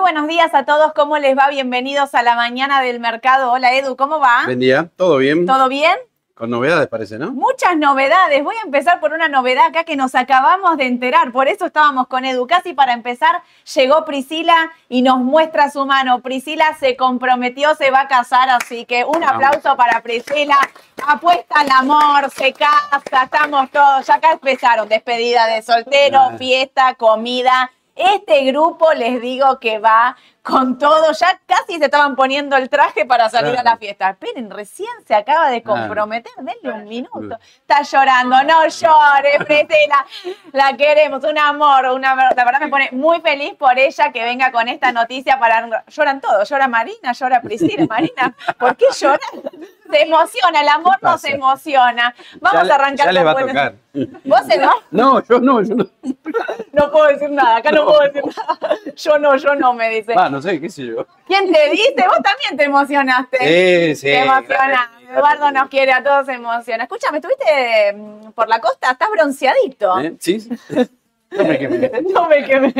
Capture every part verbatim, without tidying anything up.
buenos días a todos, ¿cómo les va? Bienvenidos a la mañana del mercado. Hola Edu, ¿cómo va? Buen día, ¿todo bien? ¿Todo bien? Con novedades parece, ¿no? Muchas novedades. Voy a empezar por una novedad acá que nos acabamos de enterar. Por eso estábamos con Edu. Casi para empezar, llegó Priscila y nos muestra su mano. Priscila se comprometió, se va a casar, así que un aplauso para Priscila. Apuesta al amor, se casa, estamos todos. Ya acá empezaron despedida de soltero, fiesta, comida. Este grupo, les digo que va con todo, ya casi se estaban poniendo el traje para salir claro. a la fiesta. Esperen, recién se acaba de comprometer, denle un minuto. Está llorando, no llores, Priscila, la queremos, un amor, una, la verdad me pone muy feliz por ella que venga con esta noticia para... Lloran todos, llora Marina, llora Priscila, Marina, ¿por qué lloran? Se emociona, el amor nos emociona. Vamos ya, a arrancar. Ya les va a tocar. ¿Vos no? No, yo no, yo no. No puedo decir nada, acá no, no puedo decir nada. Yo no, yo no, me dice. Ah, no sé, qué sé yo. ¿Quién te dice? Vos también te emocionaste. Sí, sí. Te emocionás. Eduardo nos quiere, a todos se emociona. Escúchame, ¿estuviste por la costa? Estás bronceadito. ¿Eh? Sí. No me quemé. No me quemé.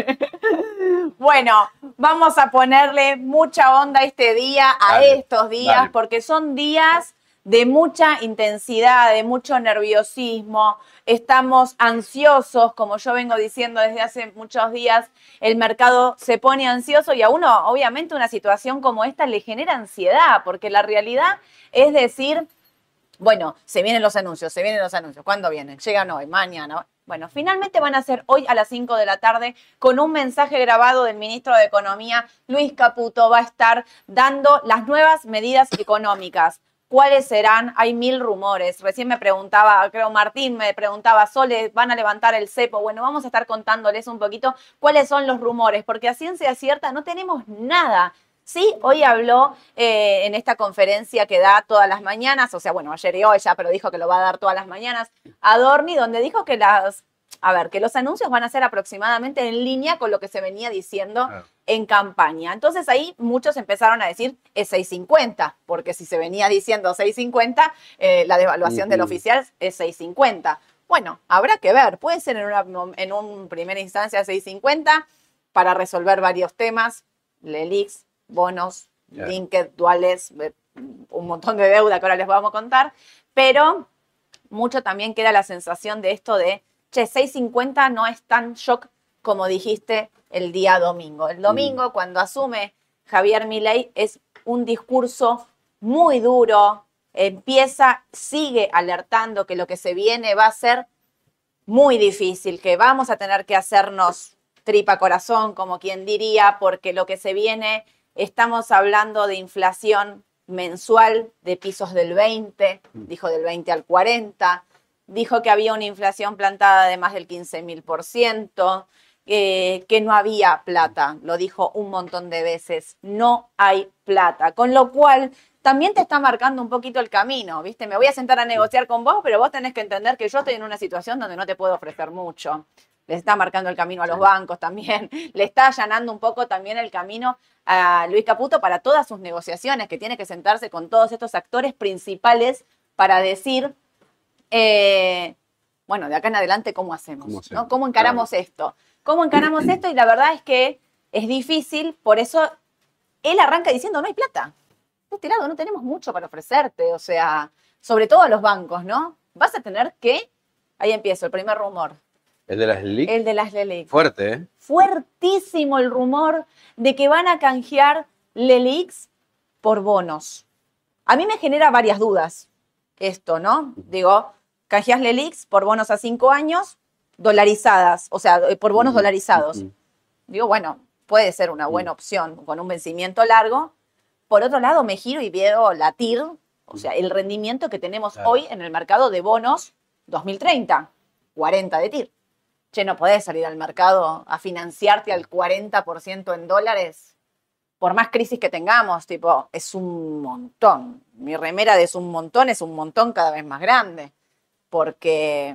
Bueno, vamos a ponerle mucha onda este día, a dale, estos días, dale. Porque son días de mucha intensidad, de mucho nerviosismo. Estamos ansiosos, como yo vengo diciendo desde hace muchos días, el mercado se pone ansioso y a uno, obviamente, una situación como esta le genera ansiedad, porque la realidad es decir, bueno, se vienen los anuncios, se vienen los anuncios. ¿Cuándo vienen? Llegan hoy, mañana. Bueno, finalmente van a ser hoy a las cinco de la tarde con un mensaje grabado del ministro de Economía, Luis Caputo, va a estar dando las nuevas medidas económicas. ¿Cuáles serán? Hay mil rumores. Recién me preguntaba, creo Martín me preguntaba, Sole, ¿van a levantar el cepo? Bueno, vamos a estar contándoles un poquito cuáles son los rumores, porque a ciencia cierta no tenemos nada. Sí, hoy habló eh, en esta conferencia que da todas las mañanas, o sea, bueno, ayer y hoy ya, pero dijo que lo va a dar todas las mañanas, Adorni, donde dijo que las, a ver, que los anuncios van a ser aproximadamente en línea con lo que se venía diciendo ah. en campaña. Entonces ahí muchos empezaron a decir es seis cincuenta, porque si se venía diciendo seis cincuenta, eh, la devaluación uh-huh. del oficial es seis cincuenta. Bueno, habrá que ver, puede ser en una en un primera instancia seis cincuenta para resolver varios temas, LELIQs, bonos, yeah. linked, duales, un montón de deuda que ahora les vamos a contar, pero mucho también queda la sensación de esto de, che, seis cincuenta no es tan shock como dijiste el día domingo. El domingo, mm. cuando asume Javier Milei, es un discurso muy duro, empieza, sigue alertando que lo que se viene va a ser muy difícil, que vamos a tener que hacernos tripa corazón, como quien diría, porque lo que se viene... Estamos hablando de inflación mensual de pisos del veinte, dijo del veinte al cuarenta, dijo que había una inflación plantada de más del quince mil por ciento, eh, que no había plata, lo dijo un montón de veces, no hay plata, con lo cual también te está marcando un poquito el camino, ¿viste? Me voy a sentar a negociar con vos, pero vos tenés que entender que yo estoy en una situación donde no te puedo ofrecer mucho. Le está marcando el camino a los bancos también, le está allanando un poco también el camino a Luis Caputo para todas sus negociaciones, que tiene que sentarse con todos estos actores principales para decir, eh, bueno, de acá en adelante, ¿cómo hacemos? ¿Cómo, ¿no? ¿Cómo encaramos claro. esto? ¿Cómo encaramos esto? Y la verdad es que es difícil, por eso él arranca diciendo, no hay plata. De este lado no tenemos mucho para ofrecerte, o sea, sobre todo a los bancos, ¿no? Vas a tener que, ahí empiezo, el primer rumor. ¿El de las LELIQ? El de las LELIQ. Fuerte, ¿eh? Fuertísimo el rumor de que van a canjear LELIQs por bonos. A mí me genera varias dudas esto, ¿no? Digo, canjeas LELIQs por bonos a cinco años, dolarizadas, o sea, por bonos uh-huh. dolarizados. Uh-huh. Digo, bueno, puede ser una buena uh-huh. opción con un vencimiento largo. Por otro lado, me giro y veo la T I R, o sea, el rendimiento que tenemos claro. hoy en el mercado de bonos dos mil treinta, cuarenta de T I R. Che, no podés salir al mercado a financiarte al cuarenta por ciento en dólares. Por más crisis que tengamos, tipo, es un montón. Mi remera de es un montón, es un montón cada vez más grande. Porque,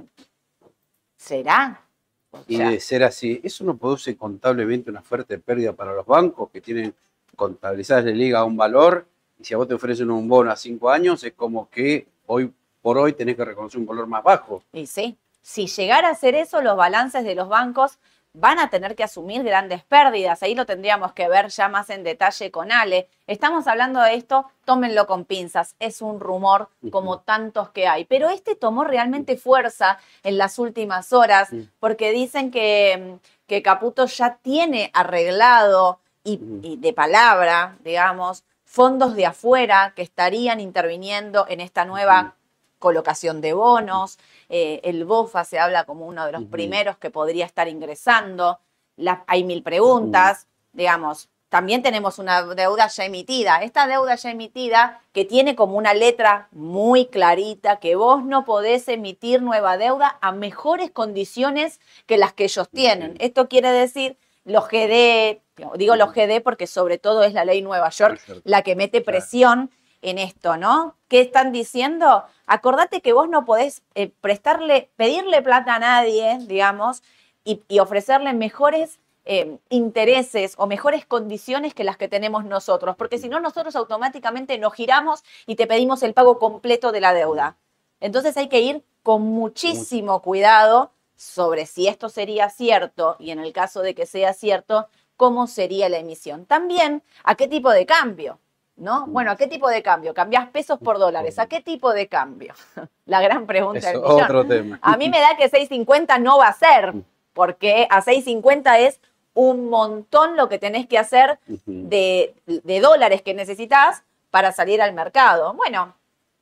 ¿será? O sea, y de ser así, ¿eso no produce contablemente una fuerte pérdida para los bancos que tienen contabilizadas la liga a un valor? Y si a vos te ofrecen un bono a cinco años, es como que hoy por hoy tenés que reconocer un valor más bajo. Y sí. Si llegara a hacer eso, los balances de los bancos van a tener que asumir grandes pérdidas. Ahí lo tendríamos que ver ya más en detalle con Ale. Estamos hablando de esto, tómenlo con pinzas. Es un rumor como tantos que hay. Pero este tomó realmente fuerza en las últimas horas porque dicen que, que Caputo ya tiene arreglado y, y de palabra, digamos, fondos de afuera que estarían interviniendo en esta nueva colocación de bonos. Eh, el BOFA se habla como uno de los uh-huh. primeros que podría estar ingresando. La, hay mil preguntas, uh-huh. digamos. También tenemos una deuda ya emitida. Esta deuda ya emitida que tiene como una letra muy clarita que vos no podés emitir nueva deuda a mejores condiciones que las que ellos tienen. Uh-huh. Esto quiere decir los G D, digo los G D porque sobre todo es la ley Nueva York la que mete presión en esto, ¿no? ¿Qué están diciendo? Acordate que vos no podés eh, prestarle, pedirle plata a nadie, digamos, y, y ofrecerle mejores eh, intereses o mejores condiciones que las que tenemos nosotros, porque si no, nosotros automáticamente nos giramos y te pedimos el pago completo de la deuda. Entonces hay que ir con muchísimo cuidado sobre si esto sería cierto y en el caso de que sea cierto, cómo sería la emisión. También, ¿a qué tipo de cambio? ¿No? Bueno, ¿a qué tipo de cambio? ¿Cambiás pesos por dólares? ¿A qué tipo de cambio? La gran pregunta Eso, del millón. Otro tema. A mí me da que seis cincuenta no va a ser, porque a seis cincuenta es un montón lo que tenés que hacer de, de dólares que necesitas para salir al mercado. Bueno,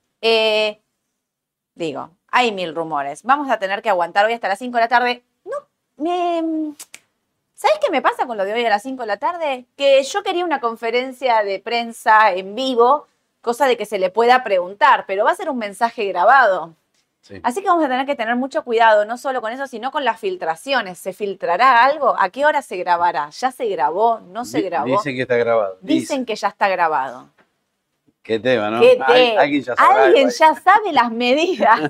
eh, digo, hay mil rumores. Vamos a tener que aguantar hoy hasta las cinco de la tarde. No, me... ¿Sabes qué me pasa con lo de hoy a las cinco de la tarde? Que yo quería una conferencia de prensa en vivo, cosa de que se le pueda preguntar, pero va a ser un mensaje grabado. Sí. Así que vamos a tener que tener mucho cuidado, no solo con eso, sino con las filtraciones. ¿Se filtrará algo? ¿A qué hora se grabará? ¿Ya se grabó? ¿No se grabó? Dicen que está grabado. Dicen Dicen. que ya está grabado. Qué tema, ¿no? ¿Qué te... Alguien ya sabe, Alguien ya sabe las medidas.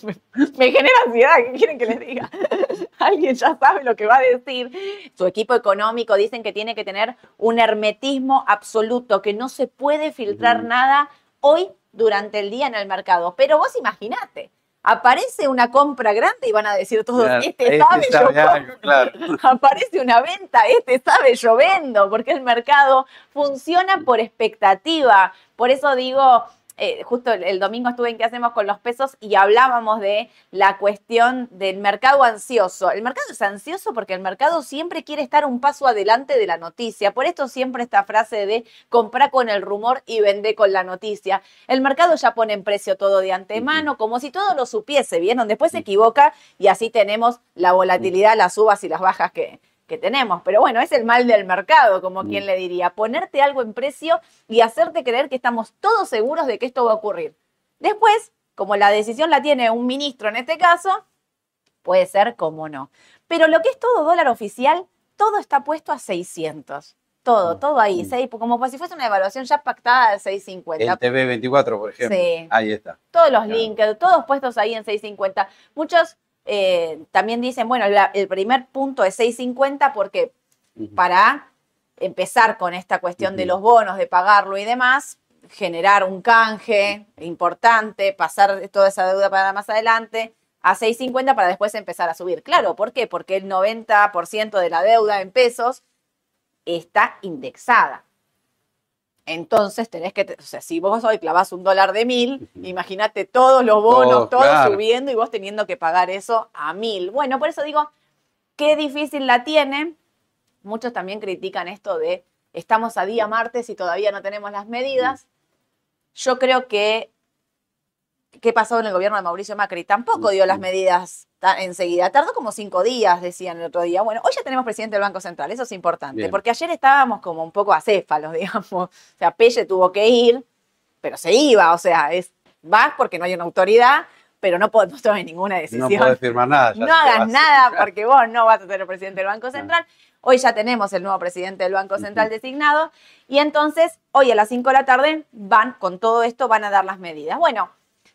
Me genera ansiedad, ¿qué quieren que les diga? Alguien ya sabe lo que va a decir. Su equipo económico dicen que tiene que tener un hermetismo absoluto, que no se puede filtrar uh-huh. nada hoy durante el día en el mercado. Pero vos imaginate, aparece una compra grande y van a decir todos, claro, este, este sabe, sabe yo algo, claro. Aparece una venta, este sabe yo vendo, porque el mercado funciona por expectativa. Por eso digo... Eh, justo el, el domingo estuve en ¿Qué hacemos con los pesos? Y hablábamos de la cuestión del mercado ansioso. El mercado es ansioso porque el mercado siempre quiere estar un paso adelante de la noticia. Por esto siempre esta frase de comprar con el rumor y vender con la noticia. El mercado ya pone en precio todo de antemano, como si todo lo supiese, ¿vieron? Después se equivoca y así tenemos la volatilidad, las subas y las bajas que... que tenemos, pero bueno, es el mal del mercado, como quien le diría, ponerte algo en precio y hacerte creer que estamos todos seguros de que esto va a ocurrir. Después, como la decisión la tiene un ministro en este caso, puede ser como no. Pero lo que es todo dólar oficial, todo está puesto a seiscientos. Todo, todo ahí, seis, como si fuese una evaluación ya pactada de seis cincuenta. El T V veinticuatro, por ejemplo. Sí. Ahí está. Todos los claro. links, todos puestos ahí en seis cincuenta. Muchos... Eh, también dicen, bueno, la, el primer punto es seis cincuenta porque uh-huh. para empezar con esta cuestión uh-huh. de los bonos, de pagarlo y demás, generar un canje importante, pasar toda esa deuda para más adelante a seis cincuenta para después empezar a subir. Claro, ¿por qué? Porque el noventa por ciento de la deuda en pesos está indexada. Entonces tenés que, o sea, si vos hoy clavás un dólar de mil, uh-huh. imagínate todos los bonos, oh, todo claro. subiendo y vos teniendo que pagar eso a mil. Bueno, por eso digo, qué difícil la tiene. Muchos también critican esto de, estamos a día martes y todavía no tenemos las medidas. Yo creo que, ¿qué pasó en el gobierno de Mauricio Macri? Tampoco dio las medidas enseguida. Tardó como cinco días, decían el otro día. Bueno, hoy ya tenemos presidente del Banco Central, eso es importante, bien. Porque ayer estábamos como un poco acéfalos, digamos. O sea, Pelle tuvo que ir, pero se iba, o sea, es vas porque no hay una autoridad, pero no podemos tomar ninguna decisión. No podés firmar nada. Ya no hagas nada porque vos no vas a ser el presidente del Banco Central. No. Hoy ya tenemos el nuevo presidente del Banco Central uh-huh. designado y entonces hoy a las cinco de la tarde van, con todo esto, van a dar las medidas. Bueno,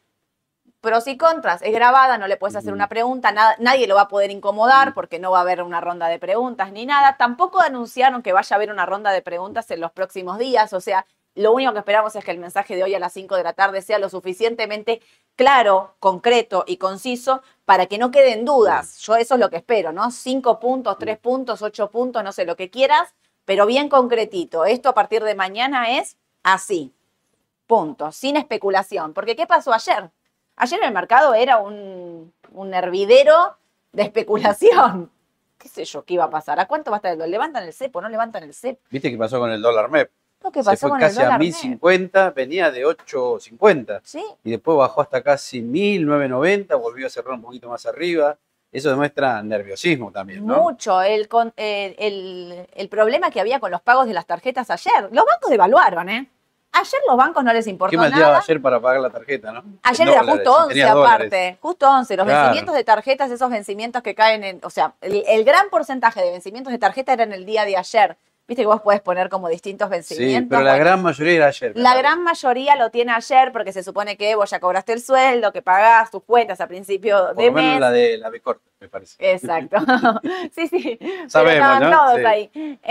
pros y contras, es grabada, no le puedes hacer una pregunta, nada, nadie lo va a poder incomodar porque no va a haber una ronda de preguntas ni nada. Tampoco anunciaron que vaya a haber una ronda de preguntas en los próximos días, o sea, Lo único que esperamos es que el mensaje de hoy a las cinco de la tarde sea lo suficientemente claro, concreto y conciso para que no queden dudas. Yo eso es lo que espero, ¿no? Cinco puntos, tres puntos, ocho puntos, no sé, lo que quieras, pero bien concretito. Esto a partir de mañana es así. Punto. Sin especulación. Porque ¿qué pasó ayer? Ayer el mercado era un, un hervidero de especulación. ¿Qué sé yo qué iba a pasar? ¿A cuánto va a estar el dólar? ¿Levantan el cepo? ¿No levantan el cepo? ¿Viste qué pasó con el dólar M E P? ¿Qué pasó Se fue con casi el dólar a mil cincuenta, venía de ocho cincuenta. ¿Sí? Y después bajó hasta casi mil novecientos noventa, volvió a cerrar un poquito más arriba. Eso demuestra nerviosismo también, ¿no? Mucho. El, con, el, el, el problema que había con los pagos de las tarjetas ayer. Los bancos devaluaron, ¿eh? Ayer los bancos no les importó ¿Qué más nada. llevaba ayer para pagar la tarjeta, no? Ayer En era dólares, justo si once tenías aparte, dólares. justo once. Los Claro. vencimientos de tarjetas, esos vencimientos que caen en, o sea, el, el gran porcentaje de vencimientos de tarjeta era en el día de ayer. Viste que vos podés poner como distintos vencimientos. Sí, pero la Bueno, gran mayoría era ayer. la gran mayoría lo tiene ayer porque se supone que vos ya cobraste el sueldo, que pagás tus cuentas a principio Por de lo menos mes. la de la B corta, me parece. Exacto. Sí, sí. Pero Sabemos, estaban ¿no? todos Sí. ahí.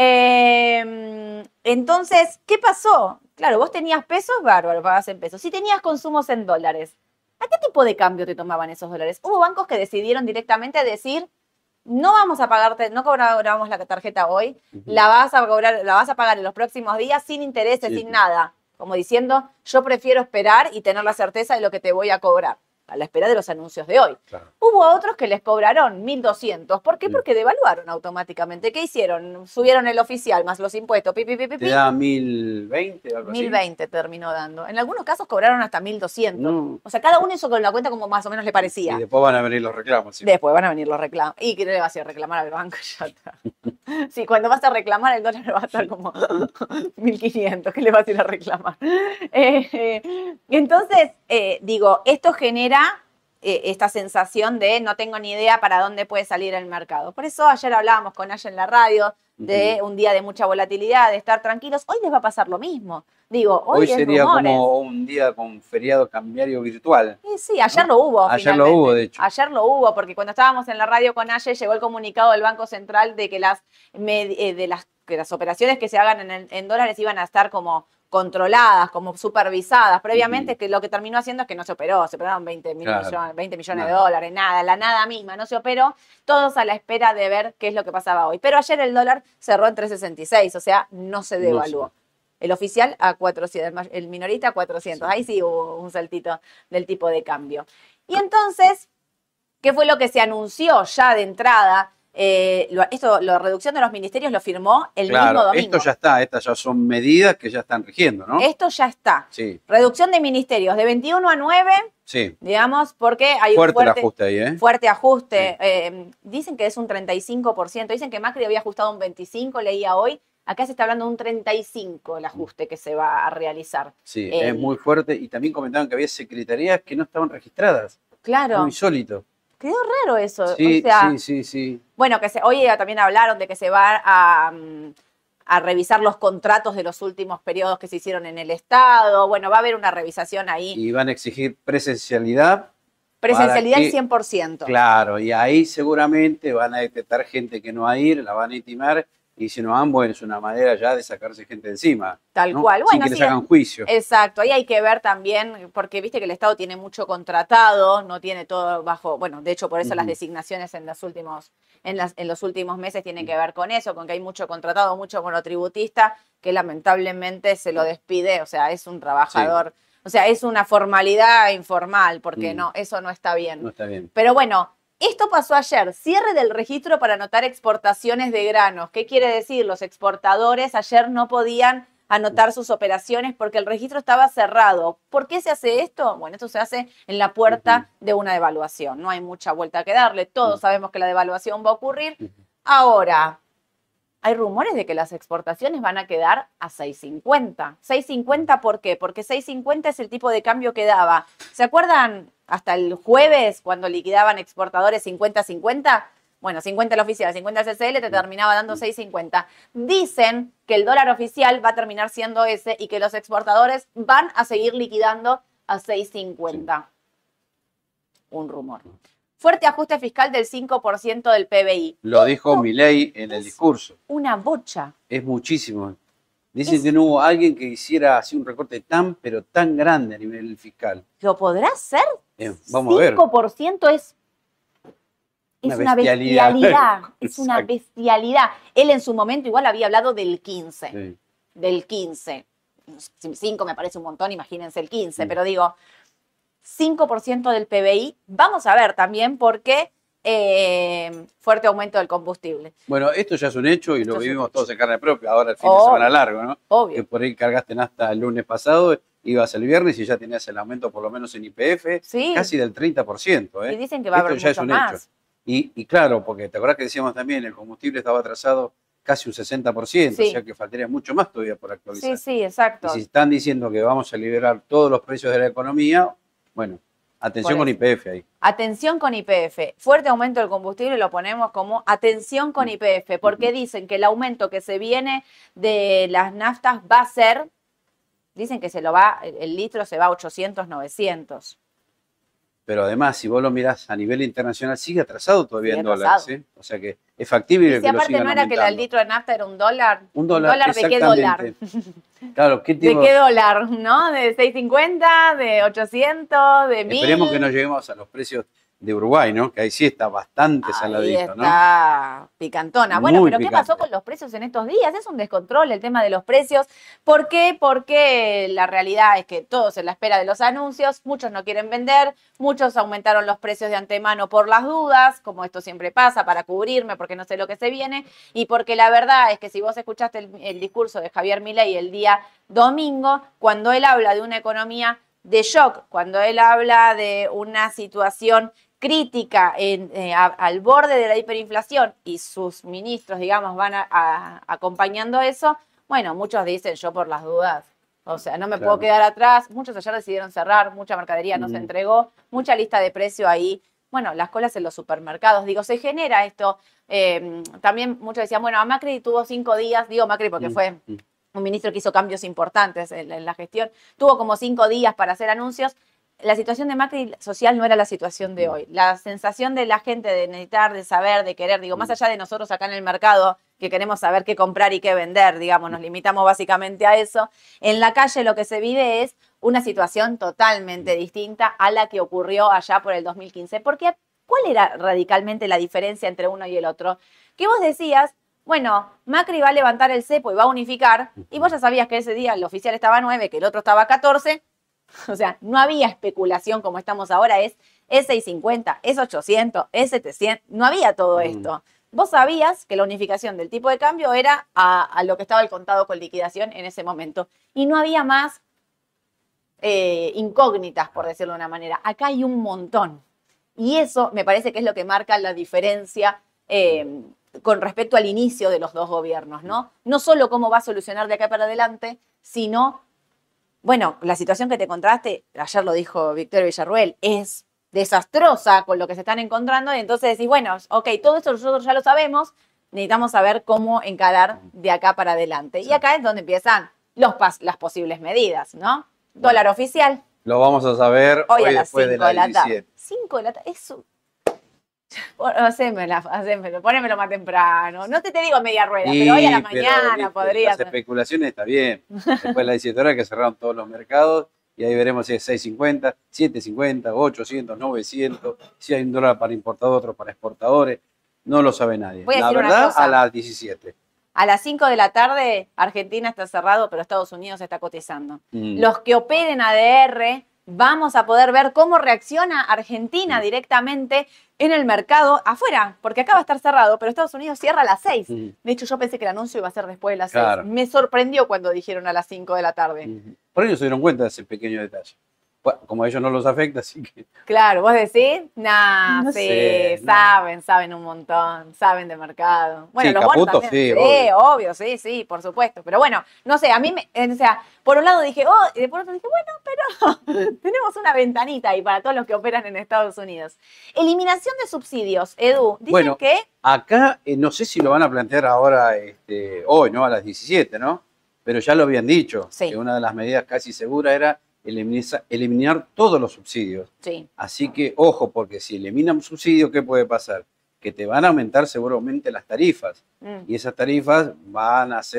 Eh, entonces, ¿qué pasó? Claro, vos tenías pesos, bárbaro, pagás en pesos. Si tenías consumos en dólares, ¿a qué tipo de cambio te tomaban esos dólares? Hubo bancos que decidieron directamente decir, no vamos a pagarte, no cobramos la tarjeta hoy, Ujú. la vas a cobrar, la vas a pagar en los próximos días sin intereses, Sí, sin sí. nada. Como diciendo, yo prefiero esperar y tener la certeza de lo que te voy a cobrar, a la espera de los anuncios de hoy. Claro. Hubo otros que les cobraron mil doscientos. ¿Por qué? Sí. Porque devaluaron automáticamente. ¿Qué hicieron? Subieron el oficial más los impuestos. Pi, pi, pi, pi, Te pi. da mil veinte o algo así. mil veinte terminó dando. En algunos casos cobraron hasta mil doscientos. No. O sea, cada uno hizo con la cuenta como más o menos le Y parecía. después van a venir los reclamos. Sí. Después van a venir los reclamos. ¿Y qué le vas a ir a reclamar al banco? Ya está. Sí, cuando vas a reclamar el dólar va a estar como mil quinientos. ¿Qué le vas a ir a reclamar? Eh, eh, entonces, eh, digo, esto genera eh, esta sensación de no tengo ni idea para dónde puede salir el mercado. Por eso ayer hablábamos con Aya en la radio de Ujú. un día de mucha volatilidad, de estar tranquilos. Hoy les va a pasar lo mismo. Digo, hoy, Hoy es sería rumores. como un día con feriado cambiario virtual. Sí, sí, ayer ¿no? lo hubo. Ayer lo finalmente. hubo, de hecho. Ayer lo hubo, porque cuando estábamos en la radio con Aye, llegó el comunicado del Banco Central de que las, med- eh, de las, que las operaciones que se hagan en, el- en dólares iban a estar como controladas, como supervisadas. Previamente, Ujú. que lo que terminó haciendo es que no se operó, se operaron veinte, mil Claro. millones, veinte millones de Nada. dólares, nada, la nada misma, no se operó, todos a la espera de ver qué es lo que pasaba hoy. Pero ayer el dólar cerró en tres sesenta y seis, o sea, no se No devaluó. sé. El oficial a cuatrocientos, el ma- el minorista a cuatrocientos. Sí. Ahí sí hubo un saltito del tipo de cambio. Y entonces, ¿qué fue lo que se anunció ya de entrada? Eh, lo- esto, la reducción de los ministerios lo firmó el mismo Claro, domingo. esto ya está, estas ya son medidas que ya están rigiendo, ¿no? Esto ya está. Sí, Reducción de ministerios de veintiuno a nueve, sí. digamos, porque hay Fuerte, un fuerte, el ajuste ahí, ¿eh? fuerte ajuste. Sí. Eh, dicen que es un treinta y cinco por ciento. Dicen que Macri había ajustado un veinticinco por ciento, leía hoy. Acá se está hablando de un treinta y cinco por ciento el ajuste que se va a realizar. Sí, El- es muy fuerte. Y también comentaban que había secretarías que no estaban registradas. Claro, Muy insólito. quedó raro eso. Sí, o sea, sí, sí, sí. bueno, que se, hoy también hablaron de que se va a, mm, a revisar los contratos de los últimos periodos que se hicieron en el Estado. Bueno, va a haber una revisación ahí. Y van a exigir presencialidad. Presencialidad para al que- cien por ciento. Claro, y ahí seguramente van a detectar gente que no va a ir, la van a intimar. Y si no van, bueno, es una manera ya de sacarse gente de encima. Tal ¿no? cual. Sin Bueno, que les sí, hagan juicio. Exacto, ahí hay que ver también, porque viste que el Estado tiene mucho contratado, no tiene todo bajo, bueno, de hecho por eso Ujú. las designaciones en los últimos, en las, en los últimos meses tienen que ver con eso, con que hay mucho contratado, mucho monotributista, que lamentablemente se lo despide, o sea, es un trabajador, o sea, es una formalidad informal, porque Mm. no, eso no está bien. No está bien. Pero bueno, esto pasó ayer, cierre del registro para anotar exportaciones de granos. ¿Qué quiere decir? Los exportadores ayer no podían anotar sus operaciones porque el registro estaba cerrado. ¿Por qué se hace esto? Bueno, esto se hace en la puerta de una devaluación. No hay mucha vuelta que darle. Todos Ujú. sabemos que la devaluación va a ocurrir. Ujú. Ahora, hay rumores de que las exportaciones van a quedar a seis cincuenta. seis cincuenta, ¿por qué? Porque seis cincuenta es el tipo de cambio que daba. ¿Se acuerdan hasta el jueves cuando liquidaban exportadores cincuenta cincuenta? Bueno, cincuenta el oficial, cincuenta el C C L, te terminaba dando seis cincuenta. Dicen que el dólar oficial va a terminar siendo ese y que los exportadores van a seguir liquidando a seis cincuenta. Un rumor. Fuerte ajuste fiscal del cinco por ciento del P B I. Lo dijo Esto Milei en el es discurso. una bocha. Es muchísimo. Dicen Es- que no hubo alguien que hiciera así un recorte tan, pero tan grande a nivel fiscal. ¿Lo podrá hacer? Eh, vamos a ver. cinco por ciento es, es Una una bestialidad. bestialidad. Es una Exacto. bestialidad. Él en su momento igual había hablado del quince. Sí. Del quince. cinco me parece un montón, imagínense el quince. Mm. Pero digo, cinco por ciento del P B I. Vamos a ver también por qué eh, fuerte aumento del combustible. Bueno, esto ya es un hecho y Esto lo es un vivimos hecho. todos en carne propia. Ahora el fin de Obvio. semana largo, ¿no? Que Obvio. por ahí cargaste nafta el lunes pasado, ibas el viernes y ya tenías el aumento por lo menos en I P F, Sí. casi del treinta por ciento. ¿eh? Y dicen que va a Esto haber ya es mucho un más. hecho. Y, y claro, porque te acordás que decíamos también, el combustible estaba atrasado casi un sesenta por ciento, Sí. o sea que faltaría mucho más todavía por actualizar. Sí, sí, exacto. Y si están diciendo que vamos a liberar todos los precios de la economía, bueno, atención Por con eso. I P F ahí. Atención con I P F. Fuerte aumento del combustible lo ponemos como atención con I P F, porque dicen que el aumento que se viene de las naftas va a ser, dicen que se lo va, el litro se va a ochocientos, novecientos. Pero además, si vos lo mirás a nivel internacional, sigue atrasado todavía Sigue en dólares. atrasado. ¿eh? O sea que es factible Y que si lo aparte sigan no era que el aumentando. litro de nafta era un dólar. Un dólar, ¿de qué dólar? exactamente. Claro, ¿qué ¿De tipo? qué dólar? ¿No? ¿De seiscientos cincuenta? ¿De ochocientos? ¿De mil? Esperemos que no lleguemos a los precios de Uruguay, ¿no? Que ahí sí está bastante Ahí saladito, ¿no? está picantona. Bueno, Muy pero ¿qué picante. pasó con los precios en estos días? Es un descontrol el tema de los precios. ¿Por qué? Porque la realidad es que todos en la espera de los anuncios, muchos no quieren vender, muchos aumentaron los precios de antemano por las dudas, como esto siempre pasa, para cubrirme porque no sé lo que se viene, y porque la verdad es que si vos escuchaste el, el discurso de Javier Milei el día domingo, cuando él habla de una economía de shock, cuando él habla de una situación crítica en, eh, a, al borde de la hiperinflación y sus ministros, digamos, van a, a, acompañando eso, bueno, muchos dicen yo por las dudas, o sea, no me Claro. puedo quedar atrás, muchos ayer decidieron cerrar, mucha mercadería no Mm. se entregó, mucha lista de precio ahí, bueno, las colas en los supermercados, digo, se genera esto, eh, también muchos decían, bueno, a Macri tuvo cinco días, digo Macri porque Mm. fue Mm. un ministro que hizo cambios importantes en, en la gestión, tuvo como cinco días para hacer anuncios. La situación de Macri social no era la situación de hoy. La sensación de la gente de necesitar, de saber, de querer, digo, más allá de nosotros acá en el mercado, que queremos saber qué comprar y qué vender, digamos, nos limitamos básicamente a eso. En la calle lo que se vive es una situación totalmente distinta a la que ocurrió allá por el dos mil quince. Porque, ¿cuál era radicalmente la diferencia entre uno y el otro? Que vos decías, bueno, Macri va a levantar el cepo y va a unificar, y vos ya sabías que ese día el oficial estaba a nueve, que el otro estaba a catorce, o sea, no había especulación como estamos ahora, es, es seiscientos cincuenta, es ochocientos, es setecientos, no había todo Mm. esto. Vos sabías que la unificación del tipo de cambio era a, a lo que estaba el contado con liquidación en ese momento, y no había más eh, incógnitas, por decirlo de una manera. Acá hay un montón, y eso me parece que es lo que marca la diferencia eh, con respecto al inicio de los dos gobiernos, ¿no? No solo cómo va a solucionar de acá para adelante, sino, bueno, la situación que te encontraste, ayer lo dijo Victoria Villarruel, es desastrosa con lo que se están encontrando, y entonces decís, bueno, ok, todo esto nosotros ya lo sabemos, necesitamos saber cómo encarar de acá para adelante. Y acá es donde empiezan los pas las posibles medidas, ¿no? Dólar oficial, Lo vamos a saber hoy, hoy, a las después cinco de la de la tarde. diecisiete. cinco de la tarde, eso... Hacémela, hacémelo, ponémelo más temprano. No te, te digo media rueda, Y, pero hoy a la pero, mañana viste, podría las ser. especulaciones está bien. Después de la diecisiete horas que cerraron todos los mercados y ahí veremos si es seis cincuenta, siete cincuenta, ochocientos, novecientos, si hay un dólar para importadores, otro para exportadores. No lo sabe nadie. Voy a La decir una verdad, cosa. a las diecisiete. A las cinco de la tarde, Argentina está cerrado, pero Estados Unidos está cotizando. Mm. Los que operen A D R, vamos a poder ver cómo reacciona Argentina Mm. directamente en el mercado afuera, porque acá va a estar cerrado, pero Estados Unidos cierra a las seis. Mm. De hecho, yo pensé que el anuncio iba a ser después de las Claro. seis. Me sorprendió cuando dijeron a las cinco de la tarde. Mm. Por ello se dieron cuenta de ese pequeño detalle. Bueno, como a ellos no los afecta, así que... Claro, vos decís, nah, No sí, sé, no. saben, saben un montón, saben de mercado. Bueno, Sí, los bonos Caputo, también. sí, Sí, obvio, sí, sí, por supuesto. Pero bueno, no sé, a mí, me, o sea, por un lado dije, oh, y por otro dije, bueno, pero tenemos una ventanita ahí para todos los que operan en Estados Unidos. Eliminación de subsidios, Edu, dicen Bueno, que... Acá, eh, no sé si lo van a plantear ahora, este, hoy, ¿no? A las diecisiete, ¿no? Pero ya lo habían dicho, Sí. que una de las medidas casi seguras era eliminar, eliminar todos los subsidios. Sí, Así que, ojo, porque si eliminan subsidios, ¿qué puede pasar? Que te van a aumentar seguramente las tarifas. mm, Y esas tarifas van a ser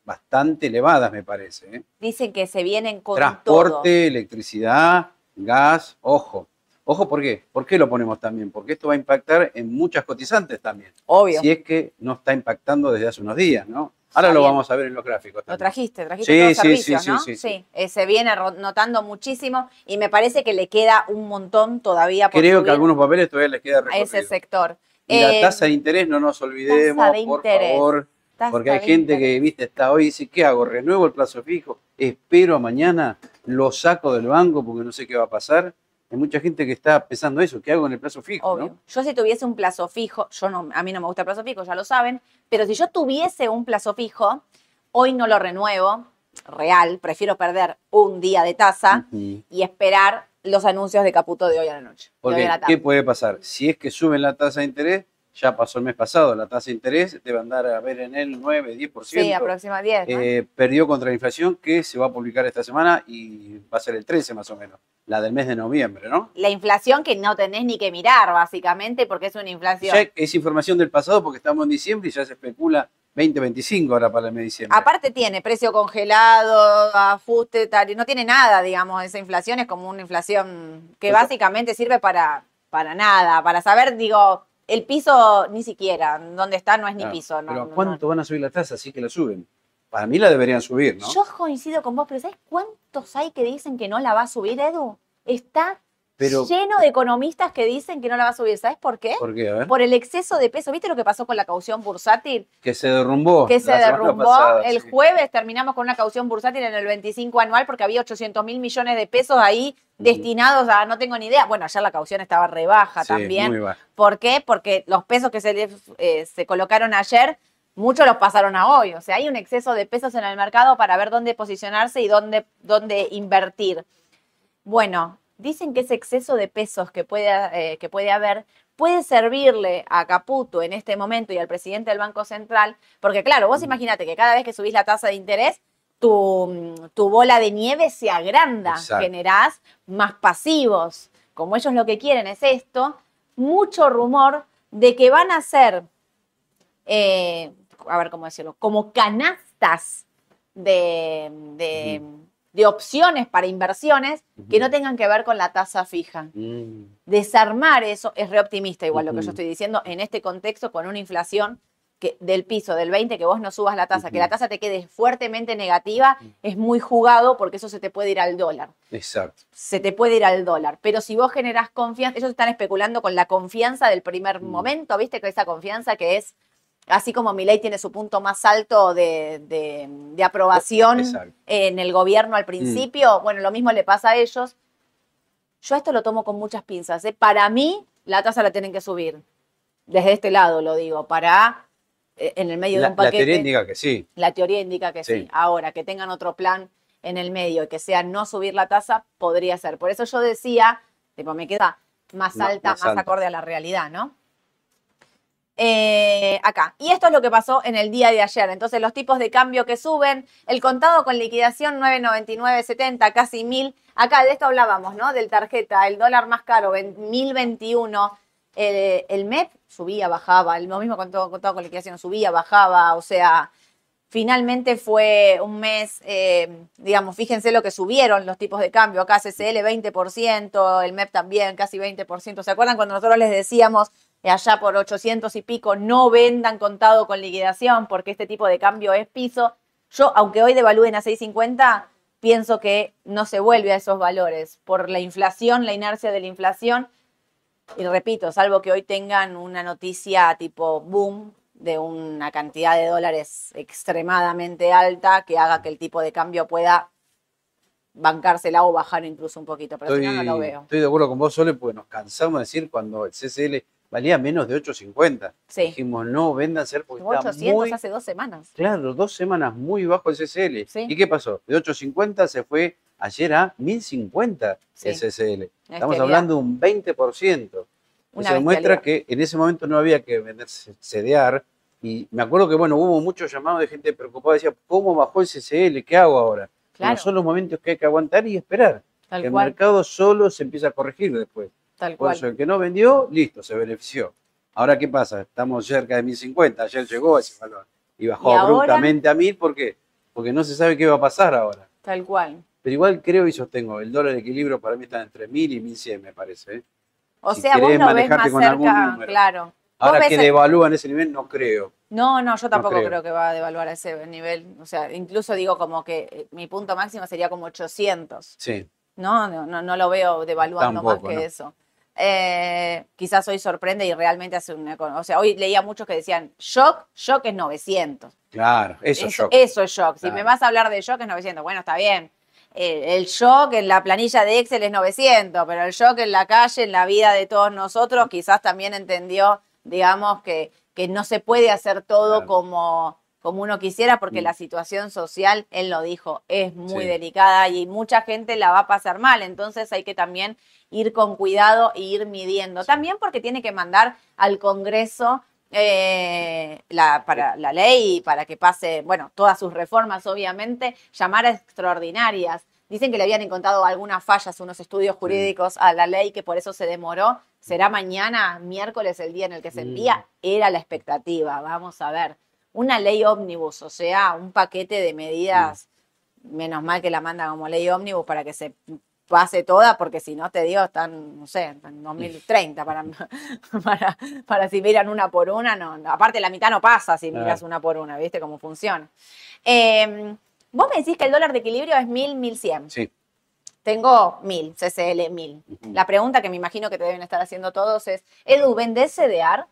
bastante elevadas, me parece. ¿eh? Dicen que se vienen con Transporte, todo. electricidad, gas, ojo. Ojo, ¿por qué? ¿Por qué lo ponemos también? Porque esto va a impactar en muchas cotizantes también. Obvio. Si es que no está impactando desde hace unos días, ¿no? Ahora lo vamos a ver en los gráficos también. Lo trajiste, trajiste sí, todos los sí, servicios, sí, ¿no? Sí, sí, sí. sí. Eh, se viene notando muchísimo y me parece que le queda un montón todavía por Creo subir que algunos papeles todavía les queda a recorrido. ese sector. Y eh, la tasa de interés no nos olvidemos, tasa de por interés, favor, tasa porque hay de gente interés. que, viste, está hoy y dice, ¿qué hago? ¿Renuevo el plazo fijo? ¿Espero a mañana? ¿Lo saco del banco porque no sé qué va a pasar? Hay mucha gente que está pensando eso, ¿qué hago en el plazo fijo? Obvio. ¿no? Yo si tuviese un plazo fijo, yo no, a mí no me gusta el plazo fijo, ya lo saben, pero si yo tuviese un plazo fijo, hoy no lo renuevo, real, prefiero perder un día de tasa uh-huh. y esperar los anuncios de Caputo de hoy a la noche. Porque, de hoy a la tarde. ¿qué puede pasar? Si es que suben la tasa de interés, ya pasó el mes pasado, la tasa de interés debe andar a ver en el nueve, diez por ciento. Sí, aproximadamente diez, ¿no? Eh, perdió contra la inflación que se va a publicar esta semana y va a ser el trece más o menos, la del mes de noviembre, ¿no? La inflación que no tenés ni que mirar, básicamente, porque es una inflación. Ya es información del pasado porque estamos en diciembre y ya se especula veinte veinticinco ahora para el mes de diciembre. Aparte tiene precio congelado, ajuste, tal, no tiene nada, digamos, esa inflación es como una inflación que pues, básicamente sirve para, para nada, para saber, digo, el piso ni siquiera, donde está no es ni ah, piso. No, pero no, ¿cuánto no. van a subir la tasa? Así que la suben. Para mí la deberían subir, ¿no? Yo coincido con vos, pero ¿sabes cuántos hay que dicen que no la va a subir, Edu? Está pero, lleno de economistas que dicen que no la va a subir. ¿Sabes por qué? ¿Por qué? A ver. Por el exceso de peso. ¿Viste lo que pasó con la caución bursátil? Que se derrumbó. Que se derrumbó. Pasada, el sí. jueves terminamos con una caución bursátil en el veinticinco anual porque había ochocientos mil millones de pesos ahí uh-huh. destinados a, no tengo ni idea. Bueno, ayer la caución estaba re baja sí, también. Muy baja. ¿Por qué? Porque los pesos que se, eh, se colocaron ayer, muchos los pasaron a hoy. O sea, hay un exceso de pesos en el mercado para ver dónde posicionarse y dónde, dónde invertir. Bueno, dicen que ese exceso de pesos que puede, eh, que puede haber puede servirle a Caputo en este momento y al presidente del Banco Central, porque claro, vos imagínate que cada vez que subís la tasa de interés, tu, tu bola de nieve se agranda, exacto. Generás más pasivos. Como ellos lo que quieren es esto, mucho rumor de que van a ser, eh, a ver cómo decirlo, como canastas de... de mm. de opciones para inversiones que no tengan que ver con la tasa fija. Mm. Desarmar eso es re optimista, igual uh-huh. lo que yo estoy diciendo, en este contexto con una inflación que, del piso, del veinte, que vos no subas la tasa, uh-huh. que la tasa te quede fuertemente negativa, uh-huh. es muy jugado porque eso se te puede ir al dólar. Exacto. Se te puede ir al dólar. Pero si vos generás confianza, ellos están especulando con la confianza del primer uh-huh. momento, ¿viste? Que esa confianza que es... Así como Milei tiene su punto más alto de, de, de aprobación exacto. en el gobierno al principio, mm. bueno, lo mismo le pasa a ellos. Yo esto lo tomo con muchas pinzas. ¿eh? Para mí, la tasa la tienen que subir. Desde este lado lo digo, para eh, en el medio la, de un paquete. La teoría indica que sí. La teoría indica que sí. sí. Ahora, que tengan otro plan en el medio y que sea no subir la tasa, podría ser. Por eso yo decía, tipo, me queda más alta, no, más, más alta. acorde a la realidad, ¿no? Eh, acá. Y esto es lo que pasó en el día de ayer. Entonces, los tipos de cambio que suben, el contado con liquidación nueve noventa y nueve setenta, casi mil. Acá de esto hablábamos, ¿no? Del tarjeta, el dólar más caro, mil veintiuno. El, el M E P subía, bajaba. Lo mismo con todo, contado con liquidación, subía, bajaba. O sea, finalmente fue un mes, eh, digamos, fíjense lo que subieron los tipos de cambio. Acá C C L veinte por ciento, el M E P también casi veinte por ciento. ¿Se acuerdan cuando nosotros les decíamos allá por ochocientos y pico, no vendan contado con liquidación porque este tipo de cambio es piso? Yo, aunque hoy devalúen a seis cincuenta, pienso que no se vuelve a esos valores por la inflación, la inercia de la inflación. Y repito, salvo que hoy tengan una noticia tipo boom de una cantidad de dólares extremadamente alta que haga que el tipo de cambio pueda bancársela o bajar incluso un poquito. Pero estoy, si no, no lo veo. Estoy de acuerdo con vos, Sole, porque nos cansamos de decir cuando el C C L valía menos de ocho cincuenta. Sí. Dijimos, no, vendan ser porque está ochocientos muy... hace dos semanas. Claro, dos semanas muy bajo el C C L. Sí. ¿Y qué pasó? De ocho cincuenta se fue ayer a mil cincuenta sí. el C C L. Estamos hablando de un veinte por ciento. Eso demuestra que en ese momento no había que vender C D R. Y me acuerdo que, bueno, hubo muchos llamados de gente preocupada. Decía, ¿cómo bajó el C C L? ¿Qué hago ahora? Claro. Bueno, son los momentos que hay que aguantar y esperar. Tal que cual. El mercado solo se empieza a corregir después. Tal Por cual. eso el que no vendió, listo, se benefició. Ahora, ¿qué pasa? Estamos cerca de mil cincuenta. Ayer llegó ese valor y bajó ¿Y abruptamente ahora? a mil. ¿Por qué? porque no se sabe qué va a pasar ahora. Tal cual. Pero igual creo y sostengo, el dólar de equilibrio para mí está entre mil y mil cien, me parece. ¿eh? O Si sea, vos querés lo ves manejarte más con algún cerca, número. claro. Ahora ¿Vos que ves el- devalúan ese nivel, no creo. No, no, yo tampoco creo. creo que va a devaluar a ese nivel. O sea, incluso digo como que eh, mi punto máximo sería como ochocientos. Sí, No, no, no, no lo veo devaluando más Tampoco, que no. eso. Eh, quizás hoy sorprende y realmente hace una... econo- O sea, hoy leía muchos que decían, shock, shock es novecientos. claro, eso es Eso, shock. eso es shock. Si Claro. me vas a hablar de shock es novecientos. Bueno, está bien. Eh, el shock en la planilla de Excel es novecientos, pero el shock en la calle, en la vida de todos nosotros, quizás también entendió, digamos, que, que no se puede hacer todo Claro. como, como uno quisiera, porque Mm. la situación social, él lo dijo, es muy Sí. delicada y mucha gente la va a pasar mal. Entonces hay que también ir con cuidado e ir midiendo. Sí. También porque tiene que mandar al Congreso eh, la, para la ley, para que pase, bueno, todas sus reformas, obviamente, llamar a extraordinarias. Dicen que le habían encontrado algunas fallas, unos estudios jurídicos a la ley, que por eso se demoró. ¿Será mañana, miércoles, el día en el que se envía? Era la expectativa, vamos a ver. Una ley ómnibus, o sea, un paquete de medidas, menos mal que la mandan como ley ómnibus para que se pase toda, porque si no, te digo, están, no sé, en dos mil treinta para, para, para si miran una por una. No, aparte, la mitad no pasa si miras Claro. una por una, ¿viste cómo funciona? Eh, vos me decís que el dólar de equilibrio es mil, mil cien. Sí. Tengo mil, C C L mil. Ujú. La pregunta que me imagino que te deben estar haciendo todos es, Edu, ¿vendés C D R?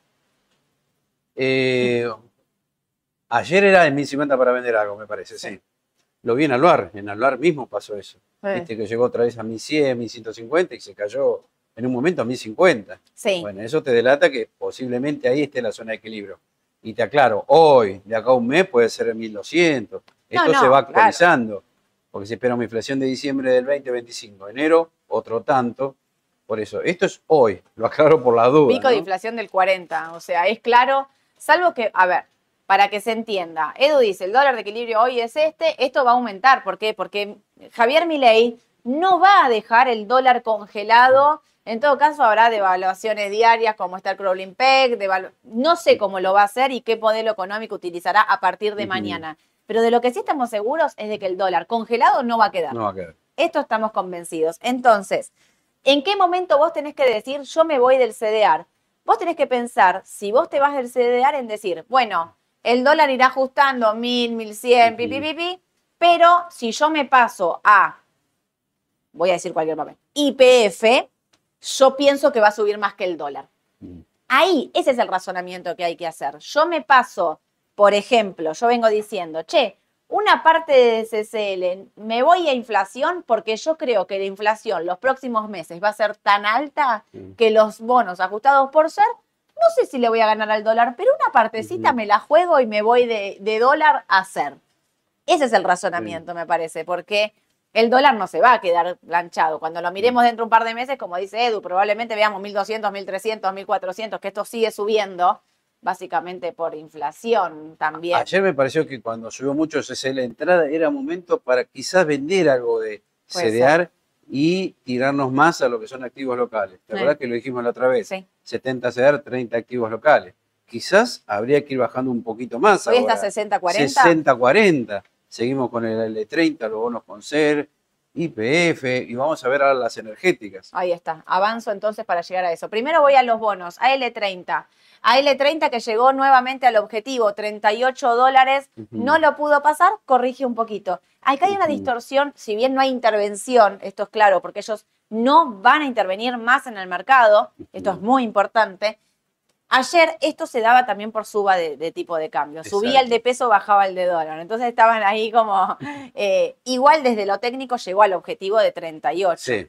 Eh, ayer era en mil cincuenta para vender algo, me parece, sí. Sí. Lo vi en Aluar, en Aluar mismo pasó eso. Sí. Viste que llegó otra vez a mil cien, mil ciento cincuenta y se cayó en un momento a mil cincuenta. Sí. Bueno, eso te delata que posiblemente ahí esté la zona de equilibrio. Y te aclaro, hoy, de acá a un mes, puede ser en mil doscientos. Esto No, no, se va claro. actualizando, porque se espera una inflación de diciembre del veinte veinticinco. Enero, otro tanto. Por eso, esto es hoy, lo aclaro por la duda. Pico de ¿no? inflación del cuarenta. O sea, es claro, salvo que, a ver, para que se entienda, Edu dice, el dólar de equilibrio hoy es este, esto va a aumentar. ¿Por qué? Porque Javier Milei no va a dejar el dólar congelado. En todo caso, habrá devaluaciones diarias, como está el crawling peg, devalu- no sé cómo lo va a hacer y qué modelo económico utilizará a partir de Ujú. mañana. Pero de lo que sí estamos seguros es de que el dólar congelado no va a quedar. No va a quedar. Esto estamos convencidos. Entonces, ¿en qué momento vos tenés que decir, yo me voy del C D R? Vos tenés que pensar, si vos te vas del C D R, en decir, bueno, el dólar irá ajustando mil, mil cien, pi, pi, pi, pi, pero si yo me paso a, voy a decir cualquier papel, Y P F, yo pienso que va a subir más que el dólar. Mm. Ahí, ese es el razonamiento que hay que hacer. Yo me paso, por ejemplo, yo vengo diciendo, che, una parte de C C L, me voy a inflación porque yo creo que la inflación los próximos meses va a ser tan alta Mm. que los bonos ajustados por ser, no sé si le voy a ganar al dólar, pero una partecita Ujú. me la juego y me voy de, de dólar a ser. Ese es el razonamiento, me parece, porque el dólar no se va a quedar planchado. Cuando lo miremos dentro de un par de meses, como dice Edu, probablemente veamos mil doscientos, mil trescientos, mil cuatrocientos, que esto sigue subiendo, básicamente por inflación también. Ayer me pareció que cuando subió mucho C C L de entrada era momento para quizás vender algo de Puede C D R y tirarnos más a lo que son activos locales. ¿Te Sí. acuerdas que lo dijimos la otra vez? Sí. setenta C D R, treinta activos locales. Quizás habría que ir bajando un poquito más Hoy ahora. está sesenta cuarenta. sesenta cuarenta. Seguimos con el L treinta, los bonos con C E R, Y P F y vamos a ver ahora las energéticas. Ahí está. Avanzo entonces para llegar a eso. Primero voy a los bonos, A L treinta. A L treinta que llegó nuevamente al objetivo, treinta y ocho dólares, Ujú. no lo pudo pasar, corrige un poquito. Acá hay una Ujú. distorsión, si bien no hay intervención, esto es claro, porque ellos no van a intervenir más en el mercado, esto es Ujú. muy importante. Ayer esto se daba también por suba de, de tipo de cambio. Subía Exacto. el de peso, bajaba el de dólar. Entonces estaban ahí como... eh, igual desde lo técnico llegó al objetivo de treinta y ocho. Sí,